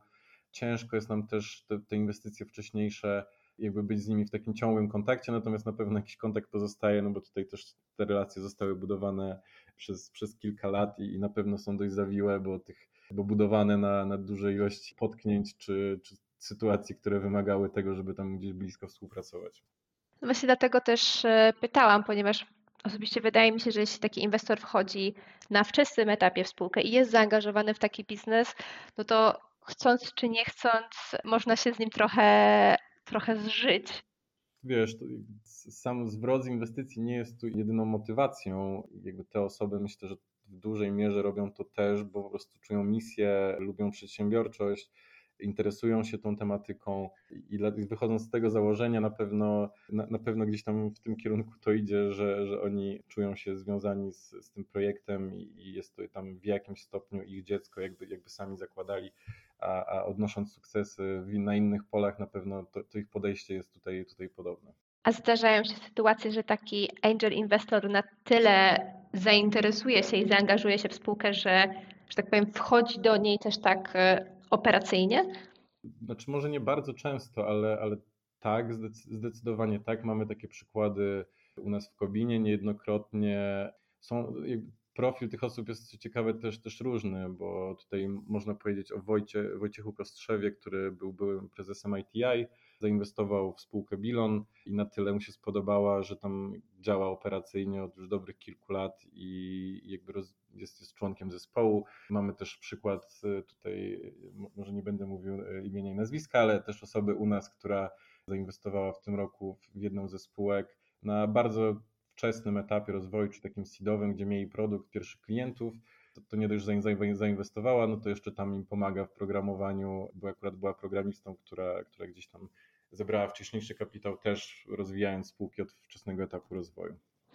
ciężko jest nam też te, te inwestycje wcześniejsze jakby być z nimi w takim ciągłym kontakcie, natomiast na pewno jakiś kontakt pozostaje, no bo tutaj też te relacje zostały budowane przez, przez kilka lat i, i na pewno są dość zawiłe, bo tych, bo budowane na, na dużej ilości potknięć czy, czy sytuacji, które wymagały tego, żeby tam gdzieś blisko współpracować. No właśnie dlatego też e, pytałam, ponieważ osobiście wydaje mi się, że jeśli taki inwestor wchodzi na wczesnym etapie w spółkę i jest zaangażowany w taki biznes, no to chcąc czy nie chcąc, można się z nim trochę, trochę zżyć. Wiesz, to sam zwrot z inwestycji nie jest tu jedyną motywacją. Jakby te osoby myślę, że w dużej mierze robią to też, bo po prostu czują misję, lubią przedsiębiorczość, interesują się tą tematyką i dla- i wychodząc z tego założenia na pewno, na, na pewno gdzieś tam w tym kierunku to idzie, że, że oni czują się związani z, z tym projektem i, i jest to tam w jakimś stopniu ich dziecko, jakby, jakby sami zakładali, a, a odnosząc sukcesy w- na innych polach na pewno to, to ich podejście jest tutaj, tutaj podobne. A zdarzają się sytuacje, że taki angel inwestor na tyle zainteresuje się i zaangażuje się w spółkę, że, że tak powiem, wchodzi do niej też tak e, operacyjnie? Znaczy może nie bardzo często, ale, ale tak, zdec- zdecydowanie tak. Mamy takie przykłady u nas w Kobinie niejednokrotnie. Są, jakby profil tych osób jest co ciekawe też, też różny, bo tutaj można powiedzieć o Wojcie, Wojciechu Kostrzewie, który był byłym prezesem I T I, zainwestował w spółkę Bilon i na tyle mu się spodobała, że tam działa operacyjnie od już dobrych kilku lat i jakby roz, jest, jest członkiem zespołu. Mamy też przykład y, tutaj, y, może nie będę mówił y, imienia i nazwiska, ale też osoby u nas, która zainwestowała w tym roku w jedną ze spółek na bardzo wczesnym etapie rozwoju, czy takim seedowym, gdzie mieli produkt, pierwszych klientów. To, to nie dość, że zainwestowała, no to jeszcze tam im pomaga w programowaniu, bo akurat była programistą, która, która gdzieś tam zebrała wcześniejszy kapitał, też rozwijając spółki od wczesnego etapu rozwoju.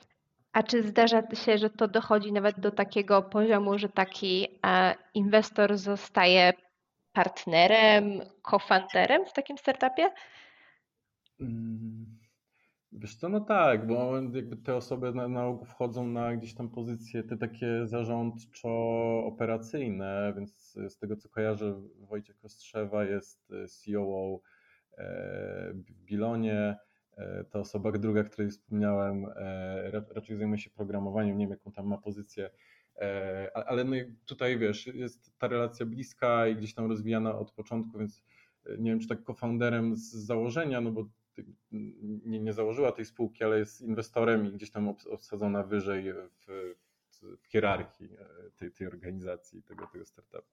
A czy zdarza się, że to dochodzi nawet do takiego poziomu, że taki e, inwestor zostaje partnerem, cofounderem w takim startupie? Mm, Wiesz co, no tak, bo jakby te osoby na, na ogół wchodzą na gdzieś tam pozycje te takie zarządczo-operacyjne, więc z tego co kojarzę, Wojciech Kostrzewa jest C O O e, w Bilonie. E, Ta osoba druga, której wspomniałem, e, ra- raczej zajmuje się programowaniem, nie wiem jaką tam ma pozycję, e, a- ale no i tutaj wiesz, jest ta relacja bliska i gdzieś tam rozwijana od początku, więc e, nie wiem czy tak co-founderem z założenia, no bo ty- nie, nie założyła tej spółki, ale jest inwestorem i gdzieś tam obs- obsadzona wyżej w, w hierarchii e, tej, tej organizacji, tego, tego startupu.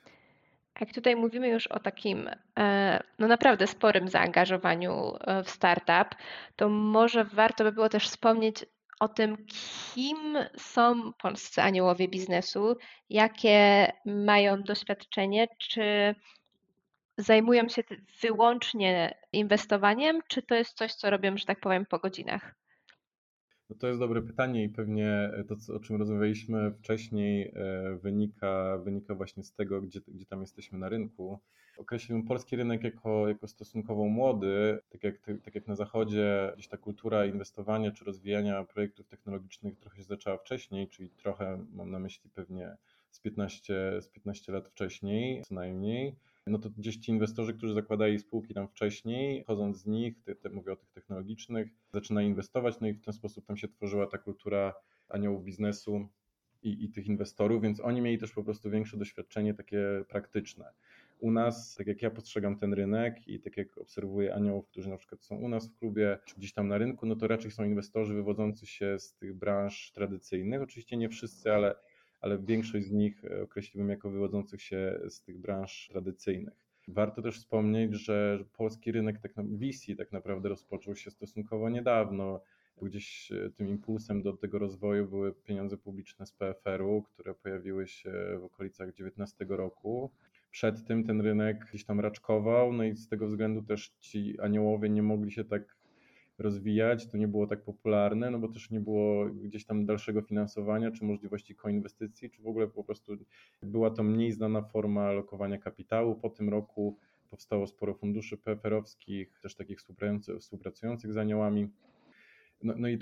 Jak tutaj mówimy już o takim e, no naprawdę sporym zaangażowaniu e, w startup, to może warto by było też wspomnieć o tym, kim są polscy aniołowie biznesu, jakie mają doświadczenie, czy zajmują się ty- wyłącznie inwestowaniem, czy to jest coś, co robią, że tak powiem, po godzinach? No to jest dobre pytanie i pewnie to, co- o czym rozmawialiśmy wcześniej, e, wynika, wynika właśnie z tego, gdzie, gdzie tam jesteśmy na rynku. Określiłbym polski rynek jako, jako stosunkowo młody, tak jak, tak jak na zachodzie, gdzieś ta kultura inwestowania czy rozwijania projektów technologicznych trochę się zaczęła wcześniej, czyli trochę mam na myśli pewnie z piętnaście, z piętnaście lat wcześniej, co najmniej. No to gdzieś ci inwestorzy, którzy zakładali spółki tam wcześniej, chodząc z nich, te, te, mówię o tych technologicznych, zaczynają inwestować, no i w ten sposób tam się tworzyła ta kultura aniołów biznesu i, i tych inwestorów, więc oni mieli też po prostu większe doświadczenie takie praktyczne. U nas, tak jak ja postrzegam ten rynek i tak jak obserwuję aniołów, którzy na przykład są u nas w klubie, czy gdzieś tam na rynku, no to raczej są inwestorzy wywodzący się z tych branż tradycyjnych. Oczywiście nie wszyscy, ale, ale większość z nich e, określiłbym jako wywodzących się z tych branż tradycyjnych. Warto też wspomnieć, że że polski rynek tak na, V C tak naprawdę rozpoczął się stosunkowo niedawno. Gdzieś e, tym impulsem do tego rozwoju były pieniądze publiczne z P F R u, które pojawiły się w okolicach dziewiętnastego roku. Przed tym ten rynek gdzieś tam raczkował, no i z tego względu też ci aniołowie nie mogli się tak rozwijać, to nie było tak popularne, no bo też nie było gdzieś tam dalszego finansowania, czy możliwości koinwestycji, czy w ogóle po prostu była to mniej znana forma lokowania kapitału. Po tym roku powstało sporo funduszy P F R owskich, też takich współpracujących, współpracujących z aniołami. No, no i też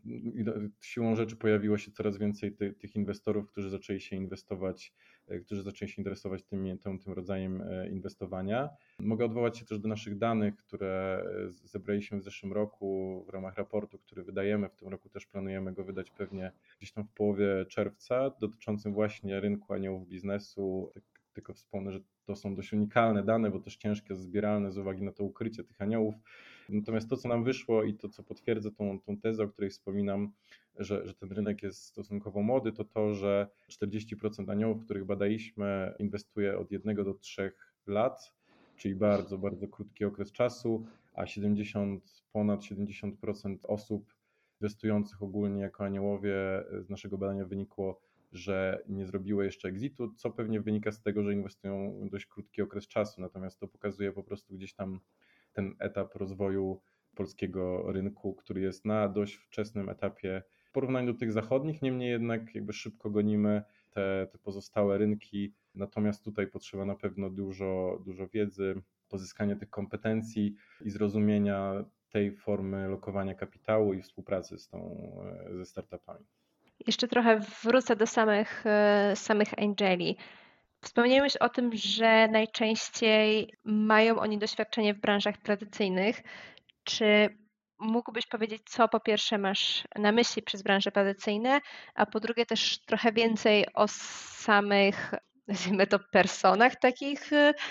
siłą rzeczy pojawiło się coraz więcej ty, tych inwestorów, którzy zaczęli się inwestować, którzy zaczęli się interesować tym, tym, tym rodzajem inwestowania. Mogę odwołać się też do naszych danych, które zebraliśmy w zeszłym roku w ramach raportu, który wydajemy. W tym roku też planujemy go wydać pewnie gdzieś tam w połowie czerwca, dotyczącym właśnie rynku aniołów biznesu. Tylko wspomnę, że to są dość unikalne dane, bo też ciężkie, zbieralne z uwagi na to ukrycie tych aniołów. Natomiast to, co nam wyszło i to, co potwierdza tą, tą tezę, o której wspominam, że, że ten rynek jest stosunkowo młody, to to, że czterdzieści procent aniołów, których badaliśmy, inwestuje od jednego do trzech lat, czyli bardzo, bardzo krótki okres czasu, a siedemdziesiąt, ponad siedemdziesiąt procent osób inwestujących ogólnie jako aniołowie z naszego badania wynikło, że nie zrobiły jeszcze exitu, co pewnie wynika z tego, że inwestują dość krótki okres czasu, natomiast to pokazuje po prostu gdzieś tam ten etap rozwoju polskiego rynku, który jest na dość wczesnym etapie w porównaniu do tych zachodnich, niemniej jednak jakby szybko gonimy te, te pozostałe rynki, natomiast tutaj potrzeba na pewno dużo, dużo wiedzy, pozyskania tych kompetencji i zrozumienia tej formy lokowania kapitału i współpracy z tą, ze startupami. Jeszcze trochę wrócę do samych, samych angeli. Wspomniałeś o tym, że najczęściej mają oni doświadczenie w branżach tradycyjnych. Czy mógłbyś powiedzieć, co po pierwsze masz na myśli przez branże tradycyjne, a po drugie też trochę więcej o samych, nazwijmy to, personach takich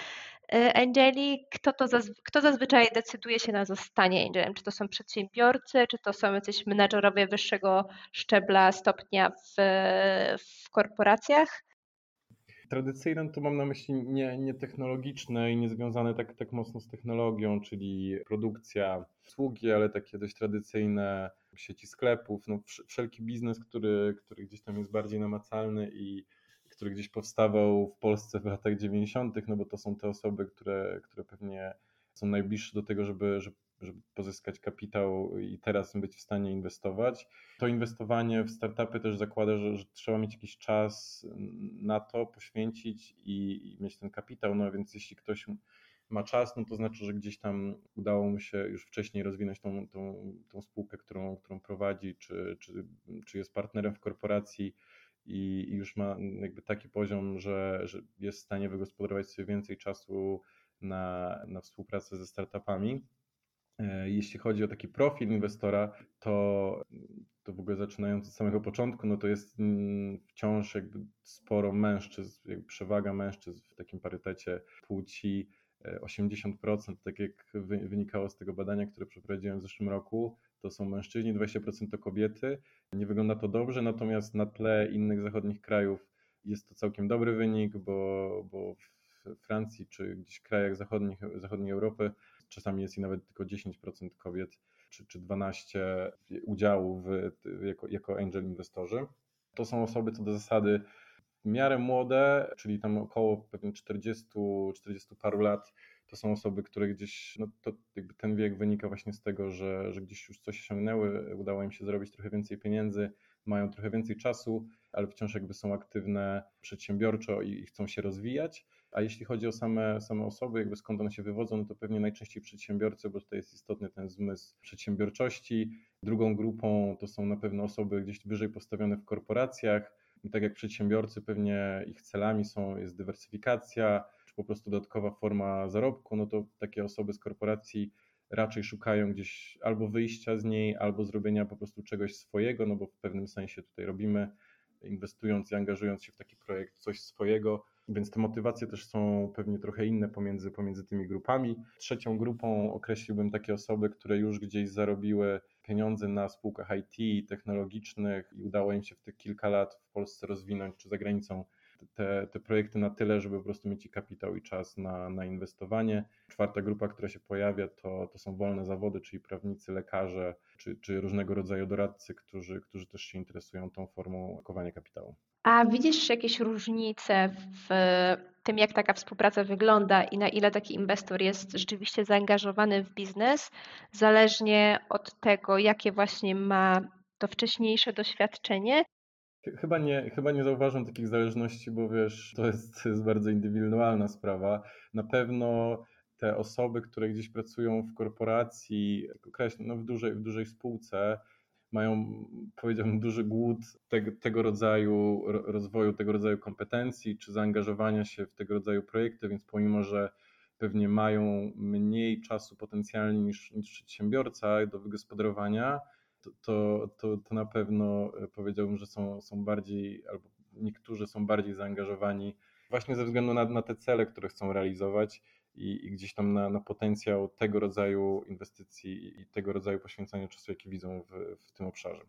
angeli? Kto, to zazw- kto zazwyczaj decyduje się na zostanie angelem? Czy to są przedsiębiorcy, czy to są jacyś menadżerowie wyższego szczebla, stopnia w, w korporacjach? Tradycyjne to mam na myśli nie, nie technologiczne i nie związane tak, tak mocno z technologią, czyli produkcja, usługi, ale takie dość tradycyjne sieci sklepów, no wszelki biznes, który, który gdzieś tam jest bardziej namacalny i który gdzieś powstawał w Polsce w latach dziewięćdziesiątych, no bo to są te osoby, które, które pewnie są najbliższe do tego, żeby, żeby żeby pozyskać kapitał i teraz być w stanie inwestować. To inwestowanie w startupy też zakłada, że, że trzeba mieć jakiś czas na to poświęcić i, i mieć ten kapitał, no więc jeśli ktoś ma czas, no to znaczy, że gdzieś tam udało mu się już wcześniej rozwinąć tą, tą, tą spółkę, którą, którą prowadzi, czy, czy, czy jest partnerem w korporacji i, i już ma jakby taki poziom, że, że jest w stanie wygospodarować sobie więcej czasu na, na współpracę ze startupami. Jeśli chodzi o taki profil inwestora, to, to w ogóle zaczynając od samego początku, no to jest wciąż jakby sporo mężczyzn, jakby przewaga mężczyzn w takim parytecie płci. osiemdziesiąt procent, tak jak wynikało z tego badania, które przeprowadziłem w zeszłym roku, to są mężczyźni, dwadzieścia procent to kobiety. Nie wygląda to dobrze, natomiast na tle innych zachodnich krajów jest to całkiem dobry wynik, bo, bo w Francji czy gdzieś w krajach zachodnich, zachodniej Europy czasami jest i nawet tylko dziesięć procent kobiet, czy, czy dwanaście procent udziału w, jako, jako angel inwestorzy. To są osoby co do zasady w miarę młode, czyli tam około pewnie czterdzieści, czterdzieści paru lat. To są osoby, które gdzieś, no to jakby ten wiek wynika właśnie z tego, że, że gdzieś już coś osiągnęły, udało im się zarobić trochę więcej pieniędzy, mają trochę więcej czasu, ale wciąż jakby są aktywne przedsiębiorczo i, i chcą się rozwijać. A jeśli chodzi o same, same osoby, jakby skąd one się wywodzą, no to pewnie najczęściej przedsiębiorcy, bo tutaj jest istotny ten zmysł przedsiębiorczości. Drugą grupą to są na pewno osoby gdzieś wyżej postawione w korporacjach. I tak jak przedsiębiorcy, pewnie ich celami są, jest dywersyfikacja, czy po prostu dodatkowa forma zarobku, no to takie osoby z korporacji raczej szukają gdzieś albo wyjścia z niej, albo zrobienia po prostu czegoś swojego, no bo w pewnym sensie tutaj robimy, inwestując i angażując się w taki projekt, coś swojego, więc te motywacje też są pewnie trochę inne pomiędzy, pomiędzy tymi grupami. Trzecią grupą określiłbym takie osoby, które już gdzieś zarobiły pieniądze na spółkach I T technologicznych i udało im się w tych kilka lat w Polsce rozwinąć, czy za granicą te, te projekty na tyle, żeby po prostu mieć i kapitał i czas na, na inwestowanie. Czwarta grupa, która się pojawia, to, to są wolne zawody, czyli prawnicy, lekarze, czy, czy różnego rodzaju doradcy, którzy, którzy też się interesują tą formą lokowania kapitału. A widzisz jakieś różnice w tym, jak taka współpraca wygląda i na ile taki inwestor jest rzeczywiście zaangażowany w biznes, zależnie od tego, jakie właśnie ma to wcześniejsze doświadczenie? Chyba nie, chyba nie zauważam takich zależności, bo wiesz, to jest, to jest bardzo indywidualna sprawa. Na pewno te osoby, które gdzieś pracują w korporacji, określnie, no w dużej, w dużej spółce, mają, powiedziałbym, duży głód tego, tego rodzaju rozwoju, tego rodzaju kompetencji czy zaangażowania się w tego rodzaju projekty, więc pomimo, że pewnie mają mniej czasu potencjalnie niż, niż przedsiębiorca do wygospodarowania, to, to, to, to na pewno powiedziałbym, że są, są bardziej, albo niektórzy są bardziej zaangażowani właśnie ze względu na, na te cele, które chcą realizować i, i gdzieś tam na, na potencjał tego rodzaju inwestycji i tego rodzaju poświęcania czasu, jaki widzą w, w tym obszarze.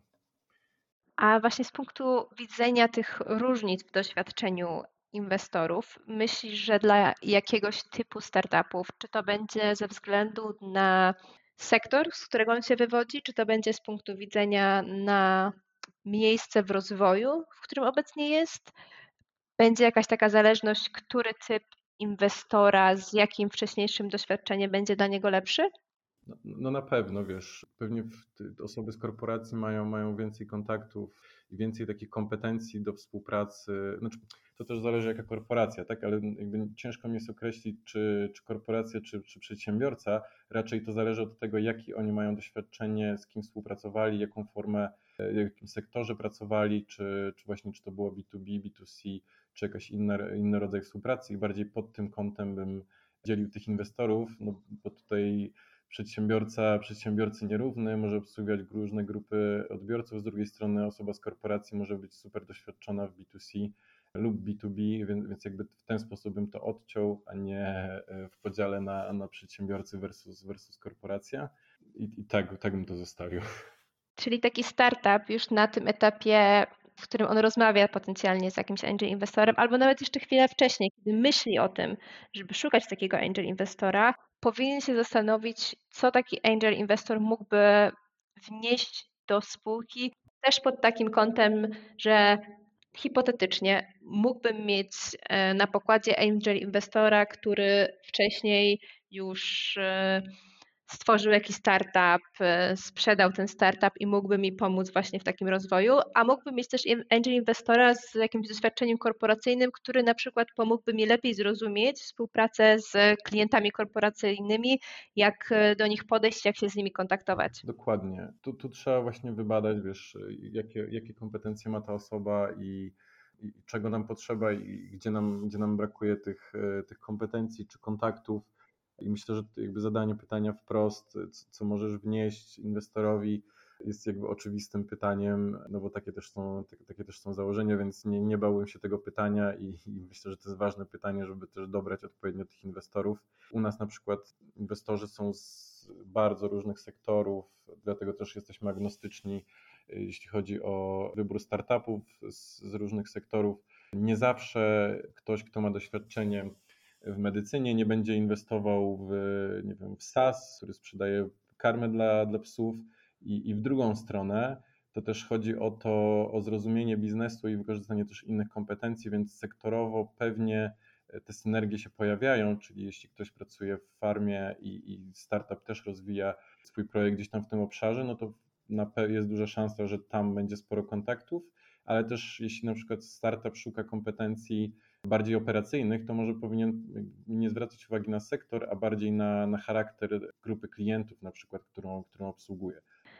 A właśnie z punktu widzenia tych różnic w doświadczeniu inwestorów, myślisz, że dla jakiegoś typu startupów, czy to będzie ze względu na sektor, z którego on się wywodzi, czy to będzie z punktu widzenia na miejsce w rozwoju, w którym obecnie jest, będzie jakaś taka zależność, który typ inwestora z jakim wcześniejszym doświadczeniem będzie dla niego lepszy? No, no na pewno, wiesz, pewnie osoby z korporacji mają, mają więcej kontaktów i więcej takich kompetencji do współpracy. Znaczy, to też zależy jaka korporacja, tak? Ale jakby ciężko mi jest określić, czy, czy korporacja, czy, czy przedsiębiorca. Raczej to zależy od tego, jakie oni mają doświadczenie, z kim współpracowali, jaką formę, w jakim sektorze pracowali, czy, czy właśnie czy to było B dwa B, B dwa C, czy jakiś inny, inny rodzaj współpracy. I bardziej pod tym kątem bym dzielił tych inwestorów, no bo tutaj przedsiębiorca, przedsiębiorcy nierówny, może obsługiwać różne grupy odbiorców, z drugiej strony osoba z korporacji może być super doświadczona w B dwa C lub B dwa B, więc, więc jakby w ten sposób bym to odciął, a nie w podziale na, na przedsiębiorcy versus, versus korporacja. I, i tak, tak bym to zostawił. Czyli taki startup już na tym etapie, w którym on rozmawia potencjalnie z jakimś angel inwestorem, albo nawet jeszcze chwilę wcześniej, kiedy myśli o tym, żeby szukać takiego angel inwestora, powinien się zastanowić, co taki angel inwestor mógłby wnieść do spółki, też pod takim kątem, że hipotetycznie mógłbym mieć e, na pokładzie angel inwestora, który wcześniej już e, stworzył jakiś startup, e, sprzedał ten startup i mógłby mi pomóc właśnie w takim rozwoju, a mógłbym mieć też angel inwestora z jakimś doświadczeniem korporacyjnym, który na przykład pomógłby mi lepiej zrozumieć współpracę z klientami korporacyjnymi, jak e, do nich podejść, jak się z nimi kontaktować. Dokładnie. Tu, tu trzeba właśnie wybadać, wiesz, jakie, jakie kompetencje ma ta osoba i, i czego nam potrzeba i gdzie nam, gdzie nam brakuje tych, tych kompetencji czy kontaktów. I myślę, że jakby zadanie pytania wprost, co, co możesz wnieść inwestorowi, jest jakby oczywistym pytaniem, no bo takie też są, takie też są założenia, więc nie, nie bałbym się tego pytania i, i myślę, że to jest ważne pytanie, żeby też dobrać odpowiednio tych inwestorów. U nas na przykład inwestorzy są z bardzo różnych sektorów, dlatego też jesteśmy agnostyczni, jeśli chodzi o wybór startupów z, z różnych sektorów. Nie zawsze ktoś, kto ma doświadczenie w medycynie, nie będzie inwestował w, nie wiem, w SaaS, który sprzedaje karmę dla, dla psów i, i w drugą stronę. To też chodzi o to, o zrozumienie biznesu i wykorzystanie też innych kompetencji, więc sektorowo pewnie te synergie się pojawiają, czyli jeśli ktoś pracuje w farmie i, i startup też rozwija swój projekt gdzieś tam w tym obszarze, no to na pe- jest duża szansa, że tam będzie sporo kontaktów, ale też jeśli na przykład startup szuka kompetencji bardziej operacyjnych, to może powinien nie zwracać uwagi na sektor, a bardziej na, na charakter grupy klientów na przykład, którą, którą obsługuje.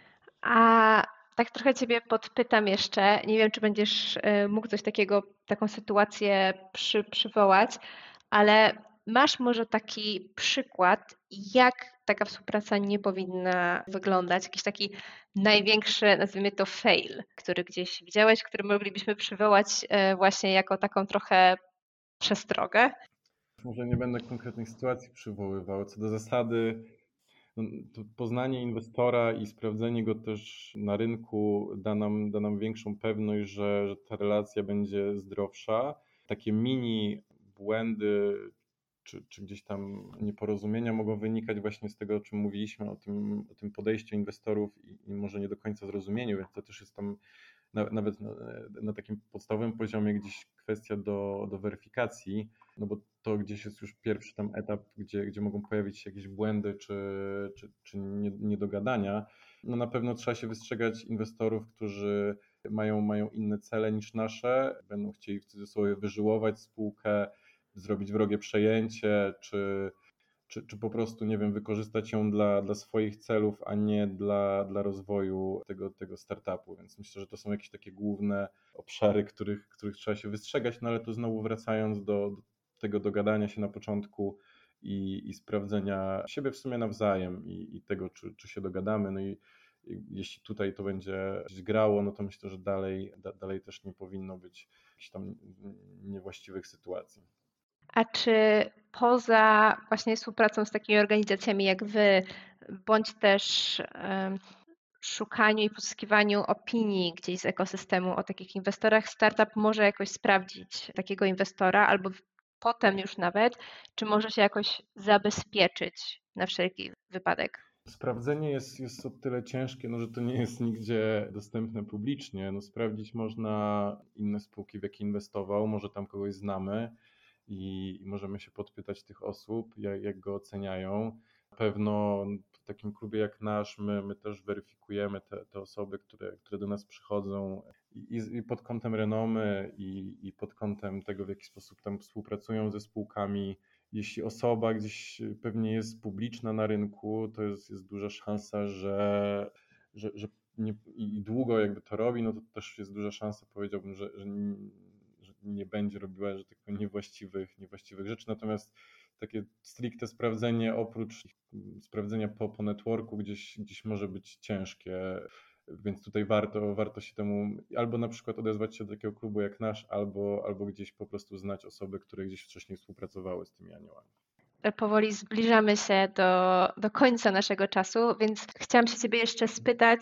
A tak trochę Ciebie podpytam jeszcze, nie wiem, czy będziesz e, mógł coś takiego, taką sytuację przy, przywołać, ale masz może taki przykład, jak taka współpraca nie powinna wyglądać? Jakiś taki największy, nazwijmy to fail, który gdzieś widziałeś, który moglibyśmy przywołać e, właśnie jako taką trochę przestrogę? Może nie będę konkretnych sytuacji przywoływał. Co do zasady, no, to poznanie inwestora i sprawdzenie go też na rynku da nam, da nam większą pewność, że, że ta relacja będzie zdrowsza. Takie mini błędy czy, czy gdzieś tam nieporozumienia mogą wynikać właśnie z tego, o czym mówiliśmy, o tym, o tym podejściu inwestorów i, i może nie do końca zrozumieniu, więc to też jest tam na, nawet na, na takim podstawowym poziomie gdzieś kwestia do, do weryfikacji, no bo to gdzieś jest już pierwszy tam etap, gdzie, gdzie mogą pojawić się jakieś błędy czy, czy, czy niedogadania. No na pewno trzeba się wystrzegać inwestorów, którzy mają, mają inne cele niż nasze, będą chcieli w cudzysłowie wyżyłować spółkę, zrobić wrogie przejęcie, czy, czy, czy po prostu, nie wiem, wykorzystać ją dla, dla swoich celów, a nie dla, dla rozwoju tego, tego startupu. Więc myślę, że to są jakieś takie główne obszary, których, których trzeba się wystrzegać, no ale tu znowu wracając do, do tego dogadania się na początku i, i sprawdzenia siebie w sumie nawzajem i, i tego, czy, czy się dogadamy. No i i jeśli tutaj to będzie gdzieś grało, no to myślę, że dalej, da, dalej też nie powinno być jakichś tam niewłaściwych sytuacji. A czy poza właśnie współpracą z takimi organizacjami jak wy, bądź też em, szukaniu i pozyskiwaniu opinii gdzieś z ekosystemu o takich inwestorach, startup może jakoś sprawdzić takiego inwestora, albo w- potem już nawet, czy może się jakoś zabezpieczyć na wszelki wypadek? Sprawdzenie jest, jest o tyle ciężkie, no, że to nie jest nigdzie dostępne publicznie. No, sprawdzić można inne spółki, w jakie inwestował, może tam kogoś znamy i, i możemy się podpytać tych osób, jak, jak go oceniają. Na pewno w takim klubie jak nasz, my, my też weryfikujemy te, te osoby, które, które do nas przychodzą i, i, i pod kątem renomy i, i pod kątem tego, w jaki sposób tam współpracują ze spółkami. Jeśli osoba gdzieś pewnie jest publiczna na rynku, to jest, jest duża szansa, że, że, że nie, i długo jakby to robi, no to też jest duża szansa, powiedziałbym, że, że, nie, że nie będzie robiła, że tak powiem, niewłaściwych, niewłaściwych rzeczy. Natomiast takie stricte sprawdzenie, oprócz sprawdzenia po, po networku, gdzieś, gdzieś może być ciężkie. Więc tutaj warto, warto się temu albo na przykład odezwać się do takiego klubu jak nasz, albo, albo gdzieś po prostu znać osoby, które gdzieś wcześniej współpracowały z tymi aniołami. Powoli zbliżamy się do, do końca naszego czasu, więc chciałam się Ciebie jeszcze spytać,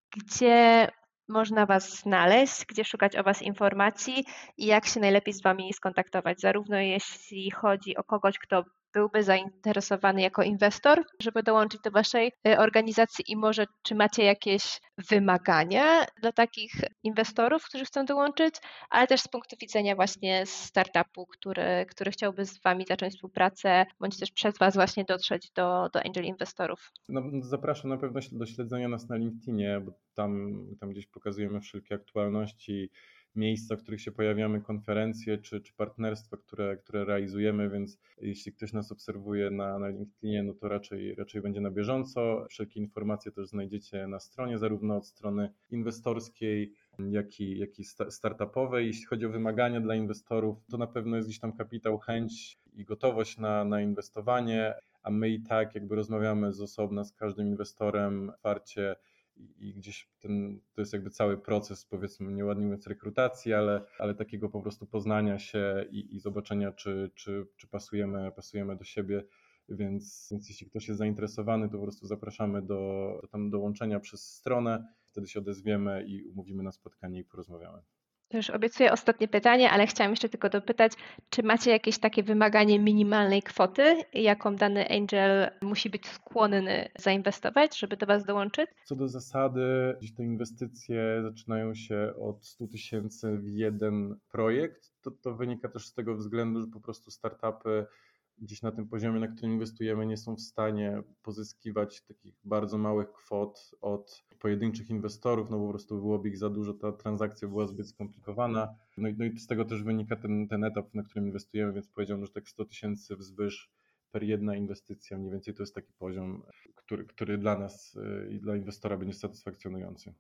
gdzie można Was znaleźć, gdzie szukać o Was informacji i jak się najlepiej z Wami skontaktować, zarówno jeśli chodzi o kogoś, kto byłby zainteresowany jako inwestor, żeby dołączyć do Waszej y, organizacji i może czy macie jakieś wymagania dla takich inwestorów, którzy chcą dołączyć, ale też z punktu widzenia właśnie startupu, który, który chciałby z Wami zacząć współpracę, bądź też przez Was właśnie dotrzeć do, do angel inwestorów. No, zapraszam na pewno do śledzenia nas na LinkedInie, bo tam, tam gdzieś pokazujemy wszelkie aktualności, miejsca, w których się pojawiamy, konferencje czy, czy partnerstwa, które, które realizujemy, więc jeśli ktoś nas obserwuje na, na LinkedInie, no to raczej, raczej będzie na bieżąco. Wszelkie informacje też znajdziecie na stronie, zarówno od strony inwestorskiej, jak i, jak i startupowej. Jeśli chodzi o wymagania dla inwestorów, to na pewno jest gdzieś tam kapitał, chęć i gotowość na, na inwestowanie, a my i tak jakby rozmawiamy z osobna z każdym inwestorem otwarcie i, i gdzieś ten, to jest jakby cały proces, powiedzmy, nieładnie mówiąc rekrutacji, ale, ale takiego po prostu poznania się i, i zobaczenia, czy, czy, czy pasujemy, pasujemy do siebie. Więc, więc jeśli ktoś jest zainteresowany, to po prostu zapraszamy do, do tam dołączenia przez stronę, wtedy się odezwiemy i umówimy na spotkanie i porozmawiamy. To już obiecuję ostatnie pytanie, ale chciałam jeszcze tylko dopytać, czy macie jakieś takie wymaganie minimalnej kwoty, jaką dany angel musi być skłonny zainwestować, żeby do Was dołączyć? Co do zasady, gdzieś te inwestycje zaczynają się od stu tysięcy w jeden projekt. To, to wynika też z tego względu, że po prostu startupy gdzieś na tym poziomie, na którym inwestujemy, nie są w stanie pozyskiwać takich bardzo małych kwot od pojedynczych inwestorów, no bo po prostu byłoby ich za dużo, ta transakcja była zbyt skomplikowana. No i, no i z tego też wynika ten, ten etap, na którym inwestujemy, więc powiedziałbym, że tak sto tysięcy wzwyż per jedna inwestycja, mniej więcej to jest taki poziom, który, który dla nas i dla inwestora będzie satysfakcjonujący.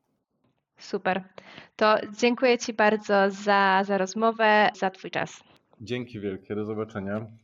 Super. To dziękuję Ci bardzo za, za rozmowę, za Twój czas. Dzięki wielkie, do zobaczenia.